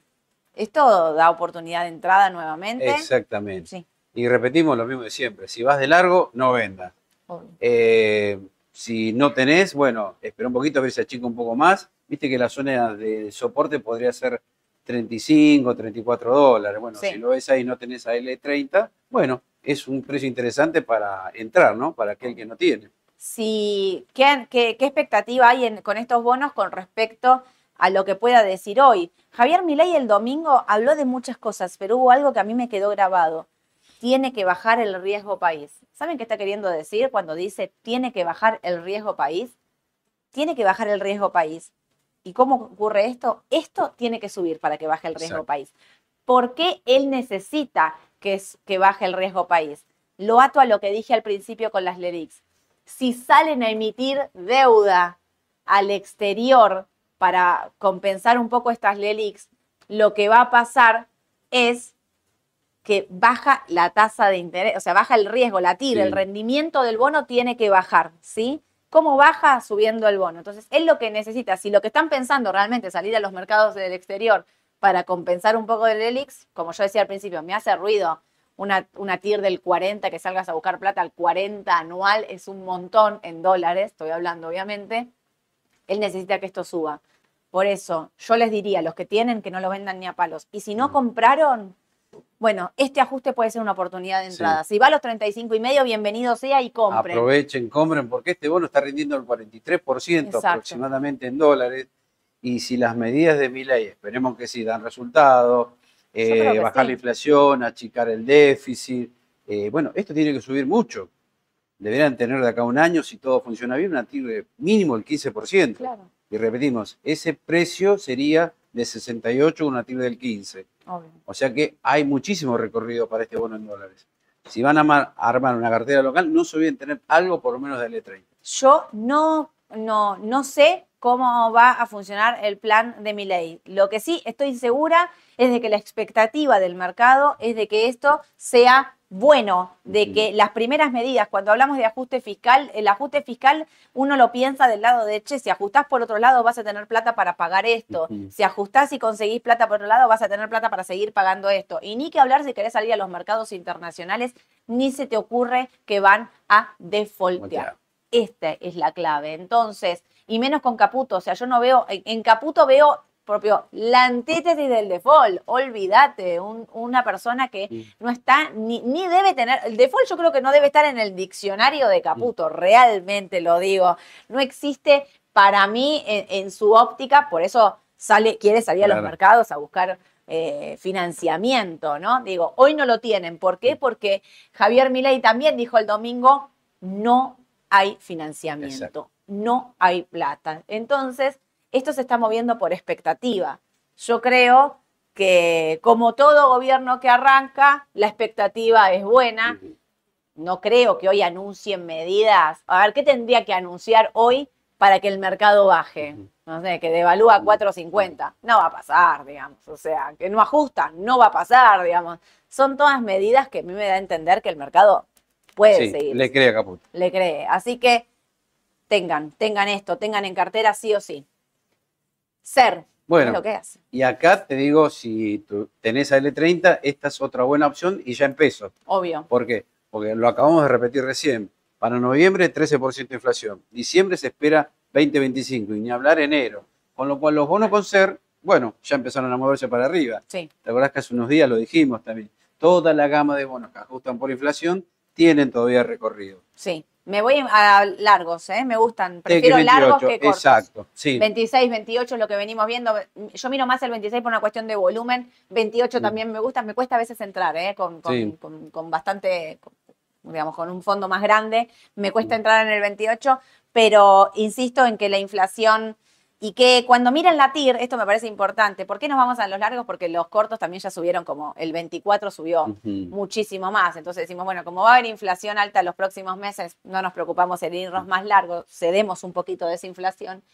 Esto da oportunidad de entrada nuevamente. exactamente. Sí. Y repetimos lo mismo de siempre. Si vas de largo, no vendas. Obvio. Eh, si no tenés, bueno, espera un poquito a ver si achica un poco más. Viste que la zona de soporte podría ser treinta y cinco, treinta y cuatro dólares. Bueno, Sí. si lo ves ahí y no tenés a L treinta, bueno, es un precio interesante para entrar, ¿no? Para aquel que no tiene. Si, ¿qué, qué, qué expectativa hay en- con estos bonos con respecto a lo que pueda decir hoy? Javier Milei el domingo habló de muchas cosas, pero hubo algo que a mí me quedó grabado. Tiene que bajar el riesgo país. ¿Saben qué está queriendo decir cuando dice tiene que bajar el riesgo país? tiene que bajar el riesgo país. ¿Y cómo ocurre esto? Esto tiene que subir para que baje el riesgo Exacto. país. ¿Por qué él necesita que, es, que baje el riesgo país? Lo ato a lo que dije al principio con las LELIQs. Si salen a emitir deuda al exterior para compensar un poco estas LELIQs, lo que va a pasar es que baja la tasa de interés, o sea, baja el riesgo, la TIR, sí. El rendimiento del bono tiene que bajar, ¿sí? ¿Cómo baja? Subiendo el bono. Entonces, es lo que necesita. Si lo que están pensando realmente es salir a los mercados del exterior para compensar un poco del LELIQs, como yo decía al principio, me hace ruido una, una TIR del cuarenta, que salgas a buscar plata al cuarenta anual, es un montón en dólares, estoy hablando obviamente. Él necesita que esto suba. Por eso, yo les diría a los que tienen que no lo vendan ni a palos. Y si no compraron, bueno, este ajuste puede ser una oportunidad de entrada. Sí. Si va a los treinta y cinco y medio, bienvenido sea y compren. Aprovechen, compren, porque este bono está rindiendo el cuarenta y tres por ciento aproximadamente en dólares. Y si las medidas de Milei, esperemos que sí, dan resultados, eh, bajar sí. la inflación, achicar el déficit, eh, bueno, esto tiene que subir mucho. Deberían tener de acá a un año, si todo funciona bien, una TIR de mínimo el quince por ciento. Claro. Y repetimos, ese precio sería de sesenta y ocho, una TIR del quince. Obvio. O sea que hay muchísimo recorrido para este bono en dólares. Si van a armar una cartera local, no se olviden tener algo por lo menos de L treinta. Yo no, no, no sé cómo va a funcionar el plan de Milei. Lo que sí estoy segura es de que la expectativa del mercado es de que esto sea bueno, de que las primeras medidas, cuando hablamos de ajuste fiscal, el ajuste fiscal uno lo piensa del lado de, che, si ajustás por otro lado vas a tener plata para pagar esto, uh-huh. si ajustás y conseguís plata por otro lado vas a tener plata para seguir pagando esto. Y ni que hablar si querés salir a los mercados internacionales, ni se te ocurre que van a defaultear. Esta es la clave. Entonces, y menos con Caputo, o sea, yo no veo, en Caputo veo propio la antítesis del default, olvídate, un, una persona que sí. no está, ni, ni debe tener, el default yo creo que no debe estar en el diccionario de Caputo, sí. realmente lo digo, no existe para mí en, en su óptica, por eso sale, quiere salir claro. a los mercados a buscar eh, financiamiento, ¿no? Digo, hoy no lo tienen, ¿por qué? Porque Javier Milei también dijo el domingo, no hay financiamiento, Exacto. no hay plata, entonces esto se está moviendo por expectativa. Yo creo que, como todo gobierno que arranca, la expectativa es buena. Uh-huh. No creo que hoy anuncien medidas. A ver, ¿qué tendría que anunciar hoy para que el mercado baje? Uh-huh. No sé, que devalúa a cuatro cincuenta. No va a pasar, digamos. O sea, que no ajustan, no va a pasar, digamos. Son todas medidas que a mí me da a entender que el mercado puede sí, seguir. Le cree a Caputo. Le cree. Así que tengan, tengan esto, tengan en cartera sí o sí. Ser, bueno, es lo que hace. Y acá te digo, si tú tenés a L treinta, esta es otra buena opción y ya en pesos. Obvio. ¿Por qué? Porque lo acabamos de repetir recién. Para noviembre, trece por ciento de inflación. Diciembre se espera veinte a veinticinco y ni hablar enero. Con lo cual los bonos con ser, bueno, ya empezaron a moverse para arriba. Sí. ¿Te acordás que hace unos días lo dijimos también? Toda la gama de bonos que ajustan por inflación tienen todavía recorrido. Sí. Me voy a largos, ¿eh? Me gustan. Prefiero veintiocho, largos que cortos. Exacto, sí. veintiséis, veintiocho es lo que venimos viendo. Yo miro más el veintiséis por una cuestión de volumen. veintiocho mm. también me gusta. Me cuesta a veces entrar, ¿eh? Con, con, sí. con, con bastante, digamos, con un fondo más grande. Me cuesta mm. entrar en el veintiocho, pero insisto en que la inflación... Y que cuando miren la TIR, esto me parece importante. ¿Por qué nos vamos a los largos? Porque los cortos también ya subieron, como el veinticuatro subió uh-huh. muchísimo más. Entonces decimos, bueno, como va a haber inflación alta los próximos meses, no nos preocupamos en irnos más largos, cedemos un poquito de esa inflación.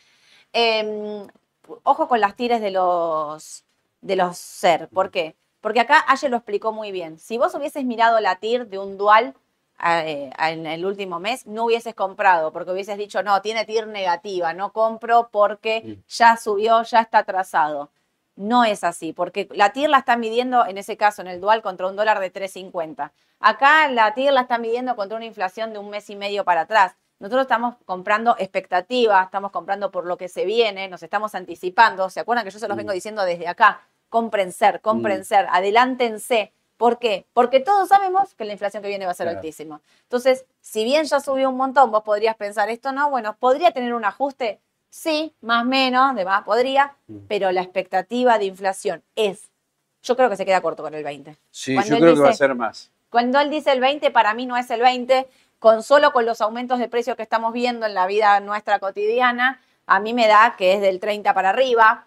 Eh, ojo con las TIRs de los, de los SER. ¿Por qué? Porque acá Aye lo explicó muy bien. Si vos hubieses mirado la TIR de un dual Eh, en el último mes, no hubieses comprado, porque hubieses dicho, no, tiene TIR negativa, no compro porque ya subió, ya está atrasado. No es así, porque la TIR la están midiendo, en ese caso, en el dual, contra un dólar de tres cincuenta. Acá la TIR la están midiendo contra una inflación de un mes y medio para atrás. Nosotros estamos comprando expectativa, estamos comprando por lo que se viene, nos estamos anticipando. ¿Se acuerdan que yo se los vengo diciendo desde acá? Compren ser, compren ser, adelántense. ¿Por qué? Porque todos sabemos que la inflación que viene va a ser claro. altísima. Entonces, si bien ya subió un montón, vos podrías pensar, esto no, bueno, ¿podría tener un ajuste? Sí, más o menos, de más podría, mm. pero la expectativa de inflación es, yo creo que se queda corto con el veinte. Sí, cuando yo creo dice, que va a ser más. Cuando él dice el veinte, para mí no es el veinte, con solo con los aumentos de precios que estamos viendo en la vida nuestra cotidiana, A mí me da que es del treinta para arriba.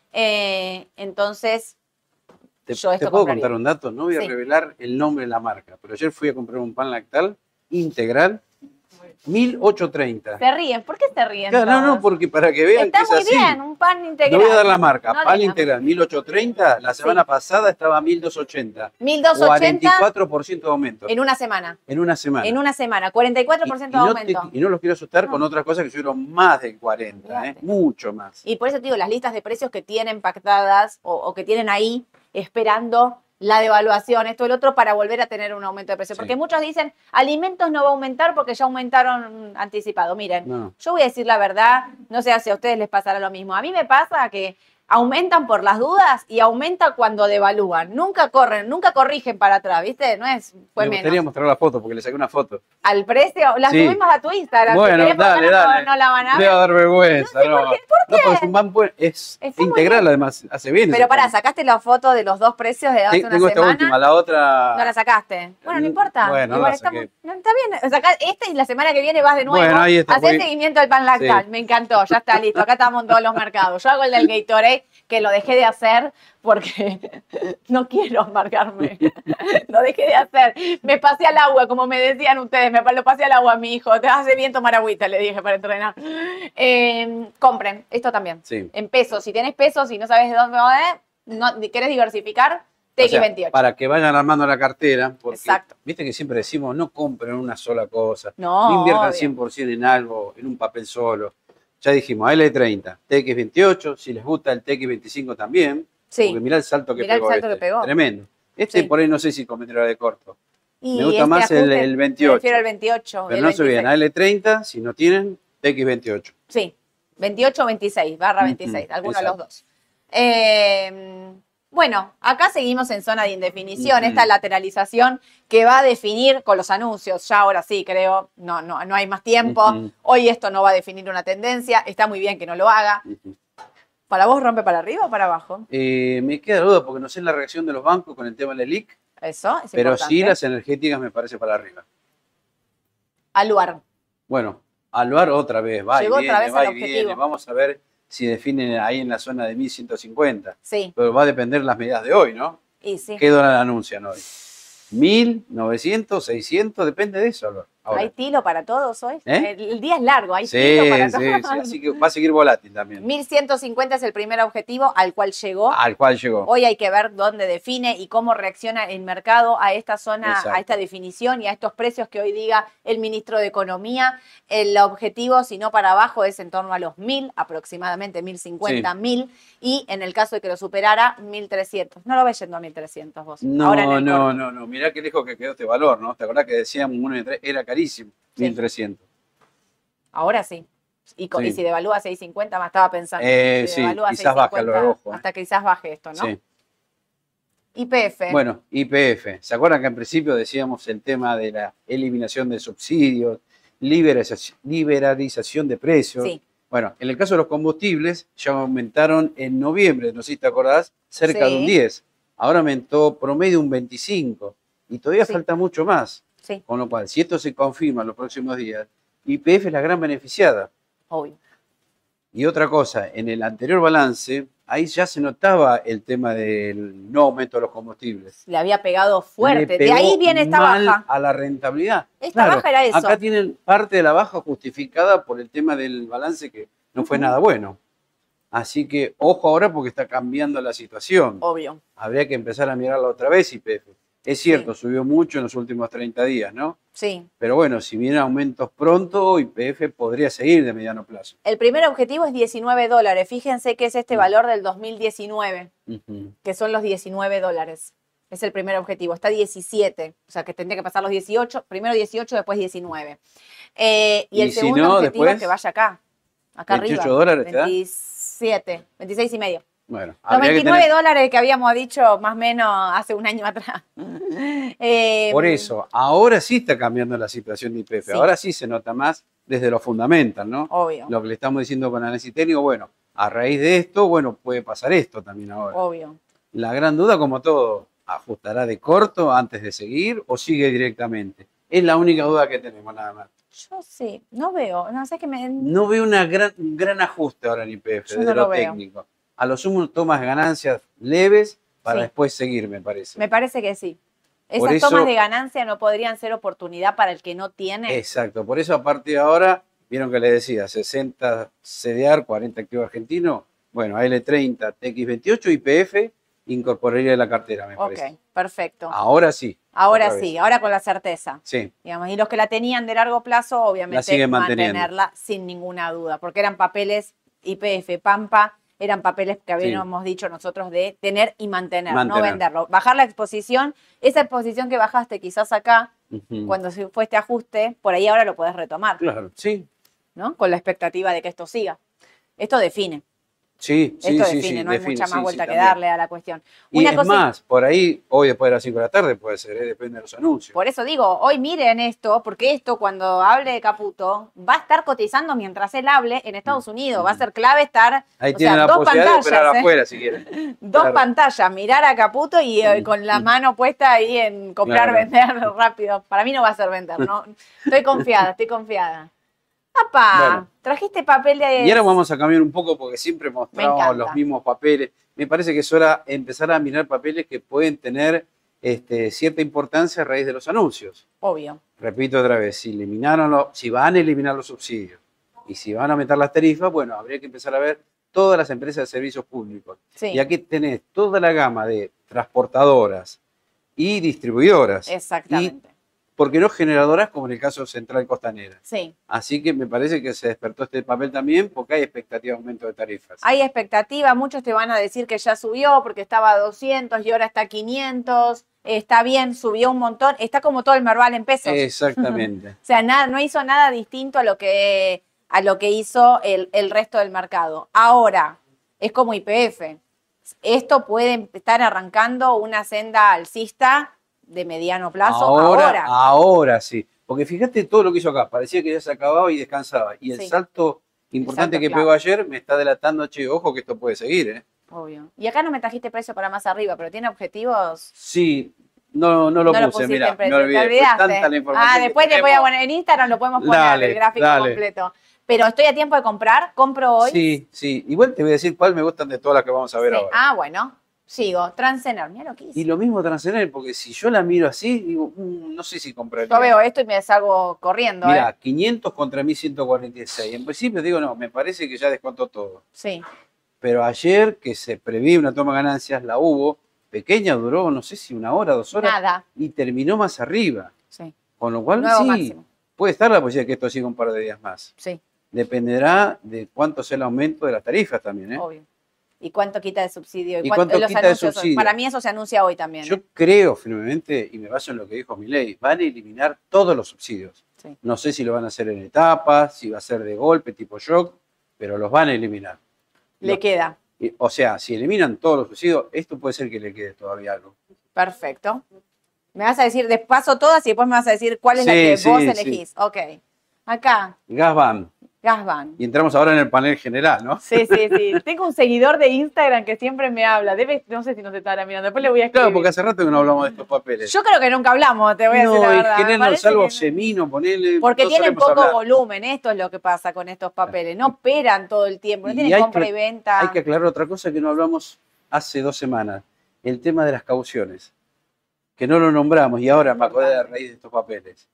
Eh, entonces, ¿Te, yo esto ¿te puedo compraría. contar un dato? No voy a Sí. revelar el nombre de la marca, pero ayer fui a comprar un pan lactal integral, mil ochocientos treinta. Se ríen. ¿Por qué se ríen Claro, no, no, todos? porque para que vean Está que es muy así. bien, un pan integral. No voy a dar la marca. No Pan le- integral mil ochocientos treinta, la semana Sí. pasada estaba a mil doscientos ochenta. mil doscientos ochenta cuarenta y cuatro por ciento de aumento. en una semana. En una semana. En una semana, cuarenta y cuatro por ciento Y, y de no te- aumento. y no los quiero asustar No. con otras cosas que subieron más de cuarenta, ¿eh? Olvídate. Mucho más. Y por eso te digo, las listas de precios que tienen pactadas o, o que tienen ahí esperando la devaluación, esto y el otro, para volver a tener un aumento de precio. Sí. Porque muchos dicen, alimentos no va a aumentar porque ya aumentaron anticipado. Miren, No. yo voy a decir la verdad, no sé si a ustedes les pasará lo mismo. A mí me pasa que aumentan por las dudas y aumenta cuando devalúan. Nunca corren, nunca corrigen para atrás, ¿viste? No es, fue Me menos. gustaría mostrar la foto porque le saqué una foto. Al precio, la Sí. subimos a tu Instagram. Bueno, si querés, porque dale, no, dale. no la van a Me ver. va a dar vergüenza. No sé no. por qué, ¿por No, qué? porque es un pan buen- es Está muy integral, bien. además. Hace bien. Pero ese pará, pan. ¿sacaste la foto de los dos precios de hace Te- una Tengo esta semana? última, la otra. No la sacaste. Bueno, no Mm, importa. bueno, no Igual la está, saqué. no, está bien. Sacá esta y la semana que viene vas de nuevo. Bueno, ahí está, Hacés voy- seguimiento del pan lactal. Sí. Me encantó. Ya está listo. Acá estamos en todos los mercados. Yo hago el del Gatorade, que lo dejé de hacer porque no quiero marcarme. Lo dejé de hacer. Me pasé al agua, como me decían ustedes. Me lo pasé al agua a mi hijo. Te hace bien tomar agüita, le dije, para entrenar. Eh, compren. Esto también. Sí. En pesos. Si tenés pesos y no sabes de dónde va a no querés diversificar, O sea, T X veintiocho. para que vayan armando la cartera. Porque, Exacto. viste que siempre decimos, no compren una sola cosa. No, inviertan obvio. cien por ciento en algo, en un papel solo. Ya dijimos, L treinta, T X veintiocho, si les gusta el T X veinticinco también. Sí. Porque mirá el salto que Mirá el pegó salto este. que pegó. Tremendo. Este Sí. por ahí no sé si cometerá de corto. Y Me gusta este más el- ajuste, el veintiocho. Prefiero el veintiocho. Pero el no se olviden, veintiséis. L treinta, si no tienen, T X veintiocho. Sí, veintiocho o veintiséis, barra veintiséis, Ujú, alguno de los exacto. dos. Eh, bueno, acá seguimos en zona de indefinición, Ujú. esta lateralización que va a definir con los anuncios, ya ahora sí creo, no, no, no hay más tiempo, Ujú. hoy esto no va a definir una tendencia, está muy bien que no lo haga. Ujú. ¿Para vos rompe para arriba o para abajo? Eh, me queda duda porque no sé la reacción de los bancos con el tema del E L I C, Eso es pero importante. sí las energéticas me parece para arriba. Aluar. Bueno, Aluar otra vez, va Llegó y otra viene, vez al va y objetivo. viene. Vamos a ver si definen ahí en la zona de mil ciento cincuenta. Sí, Pero va a depender las medidas de hoy, ¿no? y sí. ¿Qué dólar anuncian hoy? ¿mil, novecientos, seiscientos? Depende de eso, Aluar. Ahora. ¿Hay tilo para todos hoy? ¿Eh? El, el día es largo, hay Sí, tilo para sí, todos. sí, así que va a seguir volátil también. mil ciento cincuenta es el primer objetivo al cual llegó. Al cual llegó. Hoy hay que ver dónde define y cómo reacciona el mercado a esta zona, Exacto. a esta definición y a estos precios que hoy diga el ministro de Economía. El objetivo, si no para abajo, es en torno a los mil, aproximadamente mil cincuenta, Sí. mil. Y en el caso de que lo superara, mil trescientos. No lo ves yendo a mil trescientos vos. No, Ahora en el no, corto. no, no. Mirá qué lejos que quedó este valor, ¿no? ¿Te acordás que decíamos uno de tres? Era carísimo. Sí. mil trescientos. Ahora sí. Y, co- Sí. y si devalúa seis cincuenta, me estaba pensando. Eh, si sí, devalúa quizás baja seis cincuenta, luego, ojo, eh. hasta que quizás baje esto, ¿no? Sí. Y P F. Bueno, Y P F. ¿Se acuerdan que en principio decíamos el tema de la eliminación de subsidios, liberalización, liberalización de precios? Sí. Bueno, en el caso de los combustibles, ya aumentaron en noviembre, no sé si te acordás, cerca Sí. de un diez. Ahora aumentó promedio un veinticinco. Y todavía Sí. falta mucho más. Sí, Con lo cual, si esto se confirma en los próximos días, Y P F es la gran beneficiada. obvio. Y otra cosa, en el anterior balance, ahí ya se notaba el tema del no aumento de los combustibles. Le había pegado Le fuerte. De pegó ahí viene esta mal baja. a la rentabilidad. Esta baja era eso. Acá tienen parte de la baja justificada por el tema del balance que no fue Ujú. nada bueno. Así que ojo ahora porque está cambiando la situación. Obvio. Habría que empezar a mirarla otra vez, Y P F. Es cierto, subió mucho en los últimos treinta días, ¿no? Sí. Pero bueno, si vienen aumentos pronto, Y P F podría seguir de mediano plazo. El primer objetivo es diecinueve dólares. Fíjense que es este Mm. valor del dos mil diecinueve, Ujú. que son los diecinueve dólares. Es el primer objetivo. Está diecisiete. O sea que tendría que pasar los dieciocho. Primero dieciocho, después diecinueve. Eh, y, Y el si segundo no, objetivo después, es que vaya acá. Acá veintiocho arriba. dólares te da. veintisiete. veintiséis y medio. Bueno, Los habría que veintinueve tener- dólares que habíamos dicho más o menos hace un año atrás. Eh, Por eso, ahora sí está cambiando la situación de Y P F. Sí. Ahora sí se nota más desde lo fundamental, ¿no? Obvio. Lo que le estamos diciendo con análisis técnico, bueno, a raíz de esto, bueno, puede pasar esto también ahora. Obvio. La gran duda, como todo, ¿ajustará de corto antes de seguir o sigue directamente? Es la única duda que tenemos nada más. Yo sí, no veo, no sé que me... No veo una gran, un gran ajuste ahora en Y P F, Yo desde no lo lo veo. técnico. A lo sumo tomas ganancias leves para Sí. después seguir, me parece. Me parece que sí. Por Esas eso- tomas de ganancia no podrían ser oportunidad para el que no tiene. Exacto, por eso a partir de ahora, vieron que les decía, sesenta C D R, cuarenta activo argentino, bueno, A L treinta, T X veintiocho, Y P F, incorporaría en la cartera, me Ok, parece. perfecto. Ahora sí. Ahora otra sí, vez. ahora con la certeza. Sí, Digamos, y los que la tenían de largo plazo, obviamente, La siguen manteniendo. mantenerla sin ninguna duda, porque eran papeles Y P F, Pampa, eran papeles que habíamos dicho nosotros de tener y mantener, no Mantener. venderlo. Bajar la exposición, esa exposición que bajaste quizás acá, Ujú. cuando se fue este ajuste, por ahí ahora lo podés retomar, Claro, sí, ¿no? Con la expectativa de que esto siga. Esto define. sí, sí, Esto sí, define, sí, no hay define, mucha más sí, vuelta sí, que también. darle a la cuestión. Y Una es cosa, más, por ahí, hoy después de las cinco de la tarde puede ser, ¿eh? Depende de los anuncios. por eso digo, hoy miren esto, porque esto cuando hable de Caputo va a estar cotizando mientras él hable en Estados Unidos. Va a ser clave estar, Ahí o tienen sea, la dos posibilidad de esperar pantallas, ¿eh? afuera si quieren. Dos Claro. pantallas, mirar a Caputo y eh, Mm, con la mm. mano puesta ahí en comprar, Claro. vender rápido. Para mí no va a ser vender, ¿no? Estoy confiada, estoy confiada. ¡Apa! Bueno. Trajiste papel de... Y ahora vamos a cambiar un poco porque siempre mostramos encanta. los mismos papeles. Me parece que es hora de empezar a mirar papeles que pueden tener este, cierta importancia a raíz de los anuncios. Obvio. Repito otra vez, si eliminaron los, si van a eliminar los subsidios y si van a aumentar las tarifas, bueno, habría que empezar a ver todas las empresas de servicios públicos. Sí. Y aquí tenés toda la gama de transportadoras y distribuidoras. Exactamente. Y, ¿por qué no generadoras como en el caso Central Costanera? Sí. Así que me parece que se despertó este papel también porque hay expectativa de aumento de tarifas. Hay expectativa, muchos te van a decir que ya subió porque estaba a doscientos y ahora está a quinientos. Está bien, subió un montón. Está como todo el Merval en pesos. Exactamente. O sea, nada, no hizo nada distinto a lo que, a lo que hizo el, el resto del mercado. Ahora, es como Y P F. Esto puede estar arrancando una senda alcista de mediano plazo Ahora, ahora. ahora sí. Porque fíjate todo lo que hizo acá. Parecía que ya se acababa y descansaba. Y el Sí. salto importante salto que clave. pegó ayer me está delatando, che, ojo que esto puede seguir, ¿eh? Obvio. Y acá no me trajiste precio para más arriba, pero tiene objetivos. Sí, no, no lo no lo puse, pusiste mirá, en precio, me olvidé. te Fue olvidaste. tanta la información Ah, que después le voy a tenemos. poner en Instagram, lo podemos poner Dale, el gráfico dale. completo. Pero estoy a tiempo de comprar, compro hoy. Sí, sí. Igual te voy a decir cuál me gustan de todas las que vamos a ver Sí. ahora. Ah, bueno. Sigo. Transener, mira lo que hice. Y lo mismo Transener, porque si yo la miro así, digo, mm, no sé si compraría. Yo veo esto y me salgo corriendo. Mirá, ¿eh? quinientos contra mil ciento cuarenta y seis. En principio digo, no, me parece que ya descontó todo. Sí. Pero ayer, que se prevé una toma de ganancias, la hubo, pequeña, duró, no sé si una hora, dos horas, Nada. y terminó más arriba. Sí. Con lo cual, Nuevo sí, máximo. puede estar la posibilidad de que esto siga un par de días más. Sí. Dependerá de cuánto sea el aumento de las tarifas también, ¿eh? Obvio. ¿Y cuánto quita de subsidio? ¿Y cuánto los quita de anuncios? subsidio? Para mí eso se anuncia hoy también. Yo ¿eh? creo firmemente, y me baso en lo que dijo Milei, van a eliminar todos los subsidios. Sí. No sé si lo van a hacer en etapas, si va a ser de golpe, tipo shock, pero los van a eliminar. Le Los- queda. y- O sea, si eliminan todos los subsidios, esto puede ser que le quede todavía algo. Perfecto. Me vas a decir, de paso todas y después me vas a decir cuál es la Sí, que sí, vos sí. elegís. Ok. Acá, Gasban. Gasban. Y entramos ahora en el panel general, ¿no? Sí, sí, sí. Tengo un seguidor de Instagram que siempre me habla. Debe, no sé si nos estará mirando. Después le voy a escribir. Claro, porque hace rato que no hablamos de estos papeles. Yo creo que nunca hablamos, te voy a no, decir la en verdad. Me general, no, parece salvo que no. Semino, ponele. Porque no tienen solemos poco hablar. volumen, esto es lo que pasa con estos papeles. No operan todo el tiempo, no Y tienen hay compra que- y venta. Hay que aclarar otra cosa que no hablamos hace dos semanas. El tema de las cauciones. Que no lo nombramos y ahora me acordé a raíz de estos papeles.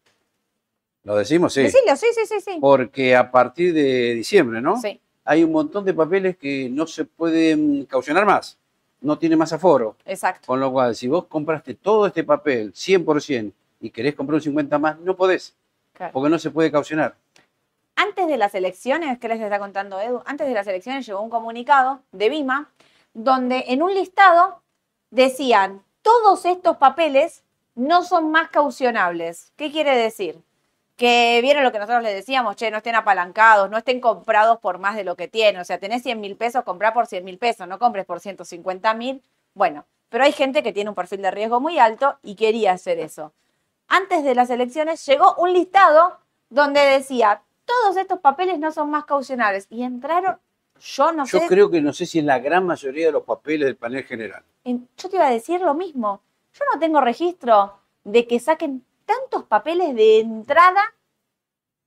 ¿Lo decimos? Sí. Decilo, sí, sí, sí, sí. Porque a partir de diciembre, ¿no? Sí, Hay un montón de papeles que no se pueden caucionar más. No tiene más aforo. exacto. Con lo cual, si vos compraste todo este papel, cien por ciento, y querés comprar un cincuenta más, no podés. Claro. Porque no se puede caucionar. Antes de las elecciones, ¿qué les está contando Edu? Antes de las elecciones llegó un comunicado de BIMA donde en un listado decían todos estos papeles no son más caucionables. ¿Qué quiere decir? Que vieron lo que nosotros les decíamos, che, no estén apalancados, no estén comprados por más de lo que tienen. O sea, tenés cien mil pesos, comprá por cien mil pesos, no compres por ciento cincuenta mil. Bueno, pero hay gente que tiene un perfil de riesgo muy alto y quería hacer eso. Antes de las elecciones llegó un listado donde decía, todos estos papeles no son más caucionables. Y entraron, yo no Yo sé, creo que no sé si en la gran mayoría de los papeles del panel general. en- yo te iba a decir lo mismo. Yo no tengo registro de que saquen tantos papeles de entrada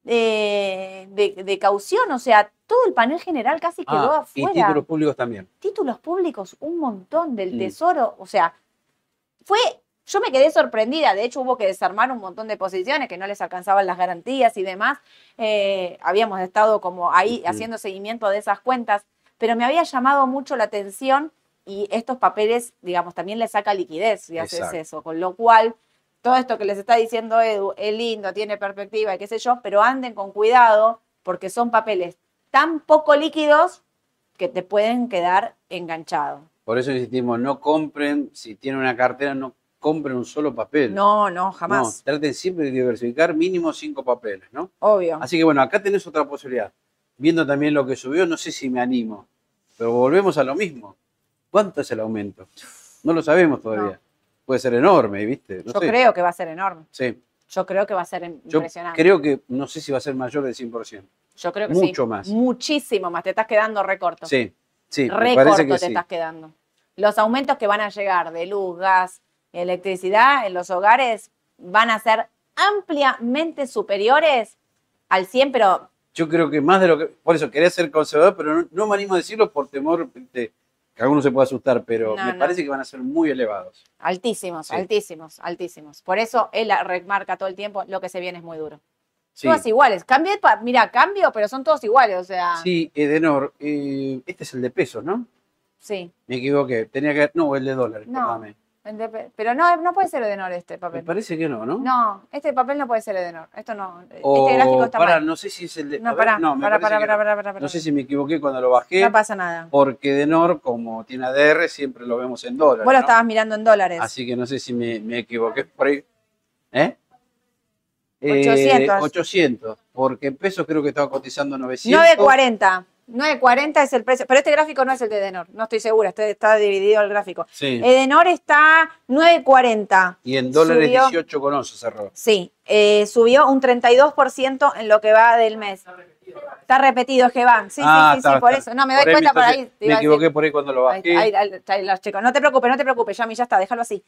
eh, de, de caución, o sea, todo el panel general casi quedó Ah, afuera. y títulos públicos también. Títulos públicos, un montón del Mm. Tesoro, o sea, fue, yo me quedé sorprendida, de hecho hubo que desarmar un montón de posiciones que no les alcanzaban las garantías y demás, eh, habíamos estado como ahí Ujú. haciendo seguimiento de esas cuentas, pero me había llamado mucho la atención y estos papeles, digamos, también les saca liquidez si haces Exacto. eso, con lo cual, todo esto que les está diciendo Edu es lindo, tiene perspectiva y qué sé yo, pero anden con cuidado porque son papeles tan poco líquidos que te pueden quedar enganchado. Por eso insistimos, no compren, si tienen una cartera, no compren un solo papel. No, no, No, jamás. traten siempre de diversificar mínimo cinco papeles, ¿no? Obvio. Así que bueno, acá tenés otra posibilidad. Viendo también lo que subió, no sé si me animo, pero volvemos a lo mismo. ¿Cuánto es el aumento? No lo sabemos todavía. No. Puede ser enorme, ¿viste? No Yo sé. creo que va a ser enorme. Sí. Yo creo que va a ser Yo impresionante. creo que, no sé si va a ser mayor del cien por ciento. Yo creo que Mucho sí. más. Muchísimo más. Te estás quedando recorto. Sí, sí, me Recorto parece que te sí. estás quedando. Los aumentos que van a llegar de luz, gas, electricidad en los hogares van a ser ampliamente superiores al cien, pero Yo creo que más de lo que... Por eso quería ser conservador, pero no, no me animo a decirlo por temor de que alguno se pueda asustar, pero No, me no. parece que van a ser muy elevados. altísimos, Sí. altísimos, altísimos. Por eso él remarca todo el tiempo, lo que se viene es muy duro. Sí, Todas iguales. Cambié, pa- mira, cambio, pero son todos iguales, o sea, sí. sí, Edenor, eh, este es el de pesos, ¿no? Me equivoqué, tenía que... No, el de dólares, No. perdóname. El de pe- Pero no, no puede ser Edenor este Me papel. parece que no, ¿no? No, este papel no puede ser Edenor. Esto no. O, Este gráfico está pará, mal. no sé si es el de... a No, ver, pará, no, me pará, parece pará, que pará, no. pará, pará, pará. No sé si me equivoqué cuando lo bajé, No pasa nada. porque Edenor, como tiene A D R, siempre lo vemos en dólares, Vos lo ¿no? estabas mirando en dólares. Así que no sé si me, me equivoqué por ahí. ¿Eh? ochocientos. Eh, ochocientos, porque en pesos creo que estaba cotizando novecientos. nueve cuarenta. nueve cuarenta es el precio. Pero este gráfico no es el de Edenor. No estoy segura. Este está dividido el gráfico. Sí. Edenor está nueve cuarenta. Y en dólares Subió- dieciocho con once cerró. Sí, eh, subió un treinta y dos por ciento en lo que va del mes. Está repetido, es que van. Sí, Ah, sí, sí, está, sí, por está. eso. No, me doy Por ahí cuenta por entonces ahí. te Me iba a equivoqué decir. por ahí cuando lo Ahí, bajé. ahí, ahí, ahí los chicos. No te preocupes, no te preocupes, Yami, ya está, déjalo así.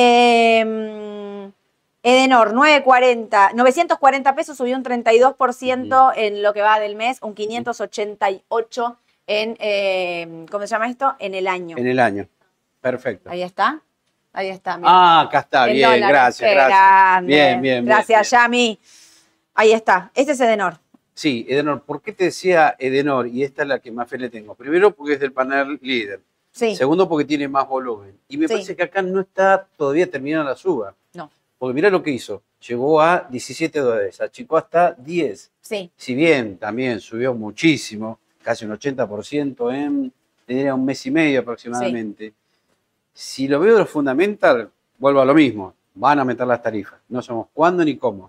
Eh, Edenor, nueve cuarenta, novecientos cuarenta pesos, subió un treinta y dos por ciento en lo que va del mes, un quinientos ochenta y ocho en, eh, ¿cómo se llama esto? En el año. En el año. Perfecto. Ahí está, ahí está. Mira. Ah, acá está, En bien, dólares. gracias, Qué gracias. grande. Bien, bien, bien. Gracias, bien. Yami. Ahí está, este es Edenor. Sí, Edenor, ¿por qué te decía Edenor? Y esta es la que más fe le tengo. Primero, porque es del panel líder. Sí. Segundo, porque tiene más volumen. Y me Sí. parece que acá no está todavía terminada la suba. No. Porque mirá lo que hizo. Llegó a diecisiete dólares, achicó hasta diez. Sí. Si bien también subió muchísimo, casi un ochenta por ciento en diría, un mes y medio aproximadamente. Si lo veo de lo fundamental, vuelvo a lo mismo. Van a aumentar las tarifas. No sabemos cuándo ni cómo.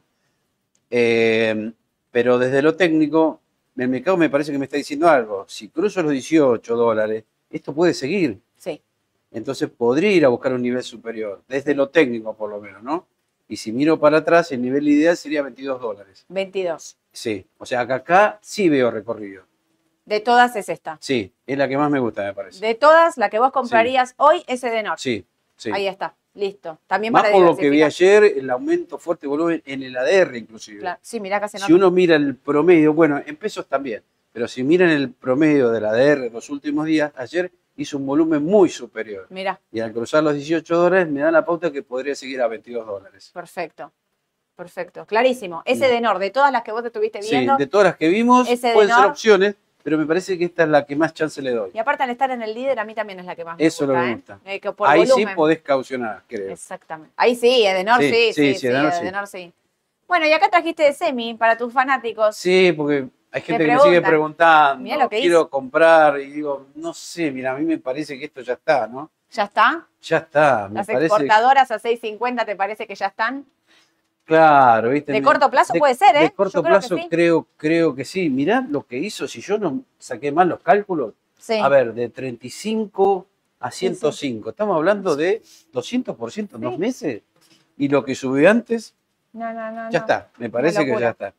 Eh, pero desde lo técnico, el mercado me parece que me está diciendo algo. Si cruzo los dieciocho dólares, esto puede seguir. Sí. Entonces podría ir a buscar un nivel superior, desde lo técnico por lo menos, ¿no? Y si miro para atrás, el nivel ideal sería veintidós dólares. veintidós. Sí, o sea que acá sí veo recorrido. De todas es esta. Sí, es la que más me gusta, me parece. De todas, la que vos comprarías hoy es Edenor. Sí, sí. Ahí está, listo. También Más para por lo que vi diversificar. ayer, el aumento fuerte de volumen en el A D R inclusive. Claro. Sí, mirá que se nota. Si uno mira el promedio, bueno, en pesos también, pero si miran el promedio del A D R de los últimos días, ayer hizo un volumen muy superior. Mirá, Y al cruzar los dieciocho dólares me da la pauta que podría seguir a veintidós dólares. perfecto. Perfecto, clarísimo. Es No. Edenor, de todas las que vos te estuviste Sí, viendo. de todas las que vimos, Ese pueden ser Edenor. opciones, pero me parece que esta es la que más chance le doy. Y aparte al estar en el líder, a mí también es la que más me Eso es gusta. lo que me ¿eh? gusta. Eh, que por Ahí volumen. sí podés caucionar, creo. Exactamente. Ahí sí, Edenor Sí, sí, sí, sí, sí, sí, Edenor sí. Edenor sí. Bueno, y acá trajiste de Semi para tus fanáticos. Sí, porque hay gente que me preguntan. sigue preguntando, Mirá lo que quiero hizo. comprar, y digo, no sé, mira, a mí me parece que esto ya está, ¿no? ¿Ya está? Ya está, me Las parece. exportadoras a seis cincuenta, ¿te parece que ya están? Claro, ¿viste? De Me- corto plazo de- puede ser, ¿eh? De corto Yo creo que plazo sí. creo, creo que sí. Mirá lo que hizo, si yo no saqué mal los cálculos, Sí. a ver, de treinta y cinco a Sí, ciento cinco, estamos hablando de doscientos por ciento en dos meses. Y lo que subió antes, No, no, no. ya no. está, me parece que locura. ya está.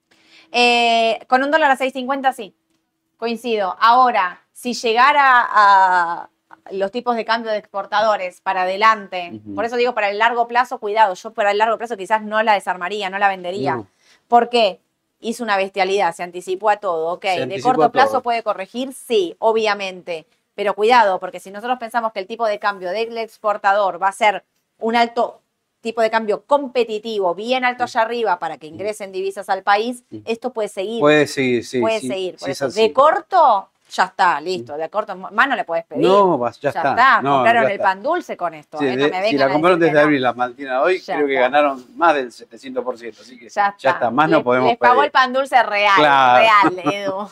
Eh, con un dólar a seis cincuenta, sí. Coincido. Ahora, si llegara a los tipos de cambio de exportadores para adelante, Ujú. por eso digo para el largo plazo, cuidado, yo para el largo plazo quizás no la desarmaría, no la vendería. No. ¿Por qué? hizo una bestialidad, se anticipó a todo, ok. Se ¿De anticipó corto a plazo todo. puede corregir? Sí, obviamente. Pero cuidado, porque si nosotros pensamos que el tipo de cambio del exportador va a ser un alto tipo de cambio competitivo, bien alto allá arriba para que ingresen divisas al país, esto puede seguir. Puede seguir, sí. Puede sí, seguir. Por sí, eso, es así. de corto, ya está, listo. De corto, más no le puedes pedir. No, vas- ya, Ya está. está. No, Compraron ya el está. pan dulce con esto. Sí, ¿eh? No de- me si vengan la a compraron decir que desde no. abril, la Maltina hoy, Ya creo que está. ganaron más del setecientos por ciento. Así que Ya está. Más les, no podemos les pagó pedir. el pan dulce real, Claro. real, Edu.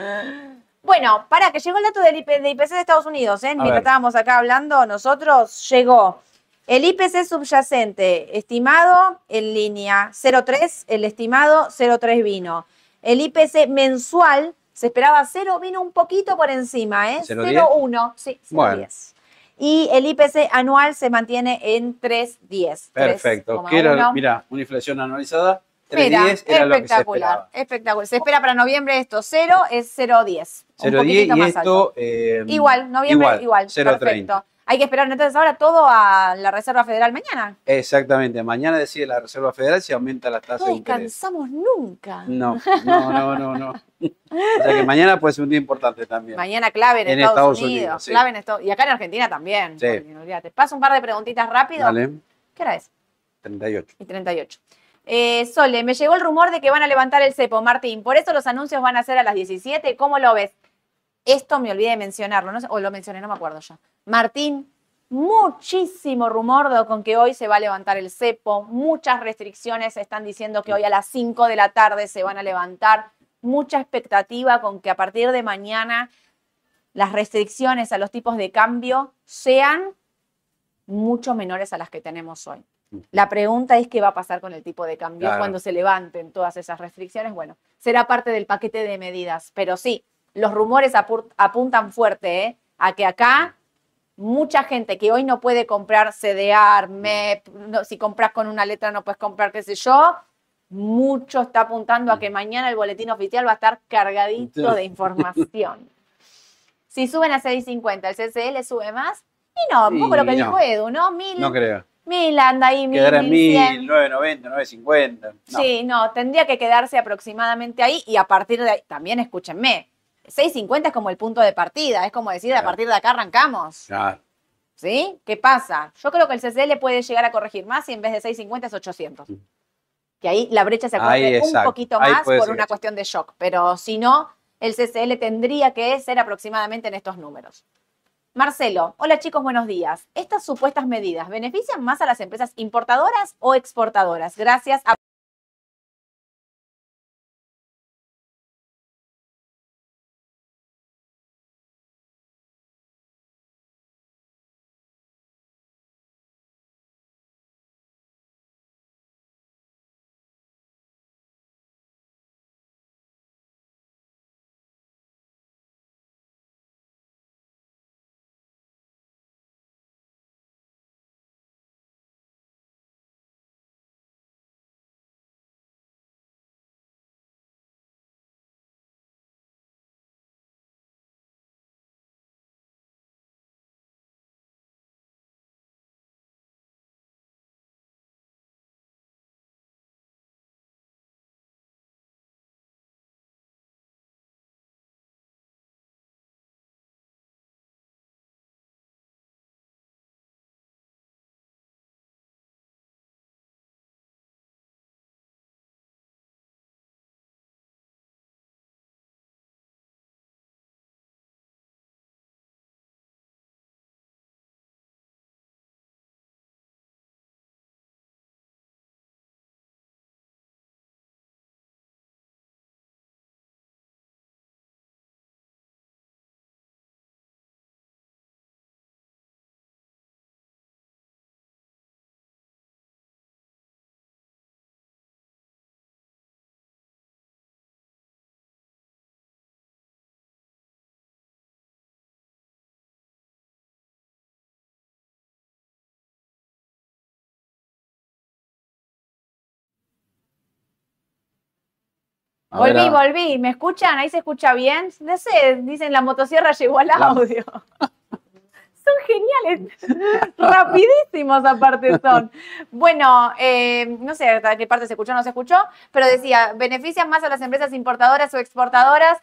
Bueno, para que llegó el dato del I P, de I P C de Estados Unidos, ¿eh? Mientras ver. estábamos acá hablando, nosotros llegó el I P C subyacente estimado en línea cero coma tres, el estimado cero coma tres vino. El I P C mensual se esperaba cero, vino un poquito por encima, ¿eh? ¿cero cero diez? coma uno, sí, cero coma Bueno. diez. Y el I P C anual se mantiene en tres coma diez. Perfecto. ¿Qué era? Mira, una inflación anualizada, tres coma diez era lo que se esperaba. Espectacular. Se espera para noviembre esto cero, es cero coma diez. cero coma diez y más esto... alto. Eh, Igual, noviembre igual. igual cero coma perfecto. treinta. Hay que esperar entonces ahora todo a la Reserva Federal mañana. Exactamente. Mañana decide la Reserva Federal si aumenta la tasa No de interés. descansamos nunca. No, no, no, no, no. O sea que mañana puede ser un día importante también. Mañana clave en, En Estados, Estados Unidos. Unidos, sí. Clave en Estados, y acá en Argentina también. Sí. Porque, no, olvídate. Paso un par de preguntitas rápido. Dale. ¿Qué hora es? treinta y ocho. Y treinta y ocho. Eh, Sole, me llegó el rumor de que van a levantar el cepo, Martín. Por eso los anuncios van a ser a las diecisiete. ¿Cómo lo ves? Esto me olvidé de mencionarlo, no sé, o lo mencioné, no me acuerdo ya. Martín, muchísimo rumor de con que hoy se va a levantar el cepo. Muchas restricciones están diciendo que hoy a las cinco de la tarde se van a levantar. Mucha expectativa con que a partir de mañana las restricciones a los tipos de cambio sean mucho menores a las que tenemos hoy. La pregunta es qué va a pasar con el tipo de cambio Claro. cuando se levanten todas esas restricciones. Bueno, será parte del paquete de medidas, pero sí, los rumores apu- apuntan fuerte ¿eh? a que acá mucha gente que hoy no puede comprar C D R, M E P, no, si compras con una letra no puedes comprar qué sé yo, mucho está apuntando a que mañana el boletín oficial va a estar cargadito de información. Si suben a seis cincuenta, ¿el C C L sube más? Y no, un poco Y lo que no. dijo Edu, ¿no? Mil, No creo. mil anda ahí, mil, Quedará en mil cien. mil, novecientos noventa, novecientos cincuenta. No. Sí, no, tendría que quedarse aproximadamente ahí y a partir de ahí, también escúchenme, seis cincuenta es como el punto de partida, es como decir, Claro. a partir de acá arrancamos. Claro. ¿Sí? ¿Qué pasa? Yo creo que el C C L puede llegar a corregir más y en vez de seis cincuenta es ochocientos. Que ahí la brecha se Ahí, acorte un exacto. poquito Ahí más puede por ser una que sí. cuestión de shock, pero si no, el C C L tendría que ser aproximadamente en estos números. Marcelo, hola chicos, buenos días. ¿Estas supuestas medidas benefician más a las empresas importadoras o exportadoras? Gracias. A A volví, ver, a- volví. ¿Me escuchan? ¿Ahí se escucha bien? No sé, dicen la motosierra llegó al La- audio. son geniales, rapidísimos aparte son. Bueno, eh, no sé hasta qué parte se escuchó o no se escuchó, pero decía, benefician más a las empresas importadoras o exportadoras.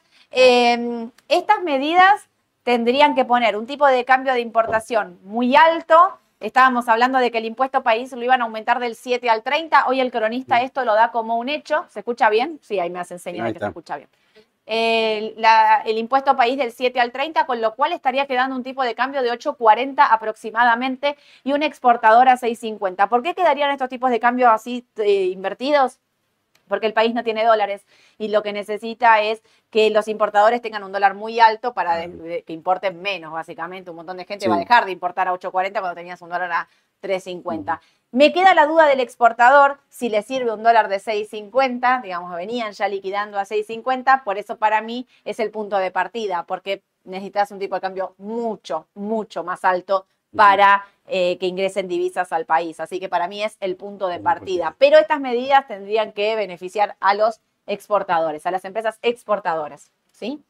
Eh, estas medidas tendrían que poner un tipo de cambio de importación muy alto. Estábamos hablando de que el impuesto país lo iban a aumentar del siete al treinta. Hoy el cronista esto lo da como un hecho. ¿Se escucha bien? Sí, ahí me hacen señal de que se escucha bien. El, la, el impuesto país del siete al treinta, con lo cual estaría quedando un tipo de cambio de ocho cuarenta aproximadamente y un exportador a seis cincuenta. ¿Por qué quedarían estos tipos de cambio así eh, invertidos? Porque el país no tiene dólares y lo que necesita es que los importadores tengan un dólar muy alto para de, de, que importen menos, básicamente. Un montón de gente sí. va a dejar de importar a ocho cuarenta cuando tenías un dólar a tres cincuenta. Uh-huh. Me queda la duda del exportador, si le sirve un dólar de seis cincuenta, digamos, venían ya liquidando a seis cincuenta, por eso para mí es el punto de partida, porque necesitas un tipo de cambio mucho, mucho más alto para eh, que ingresen divisas al país. Así que para mí es el punto de partida. Pero estas medidas tendrían que beneficiar a los exportadores, a las empresas exportadoras, ¿sí?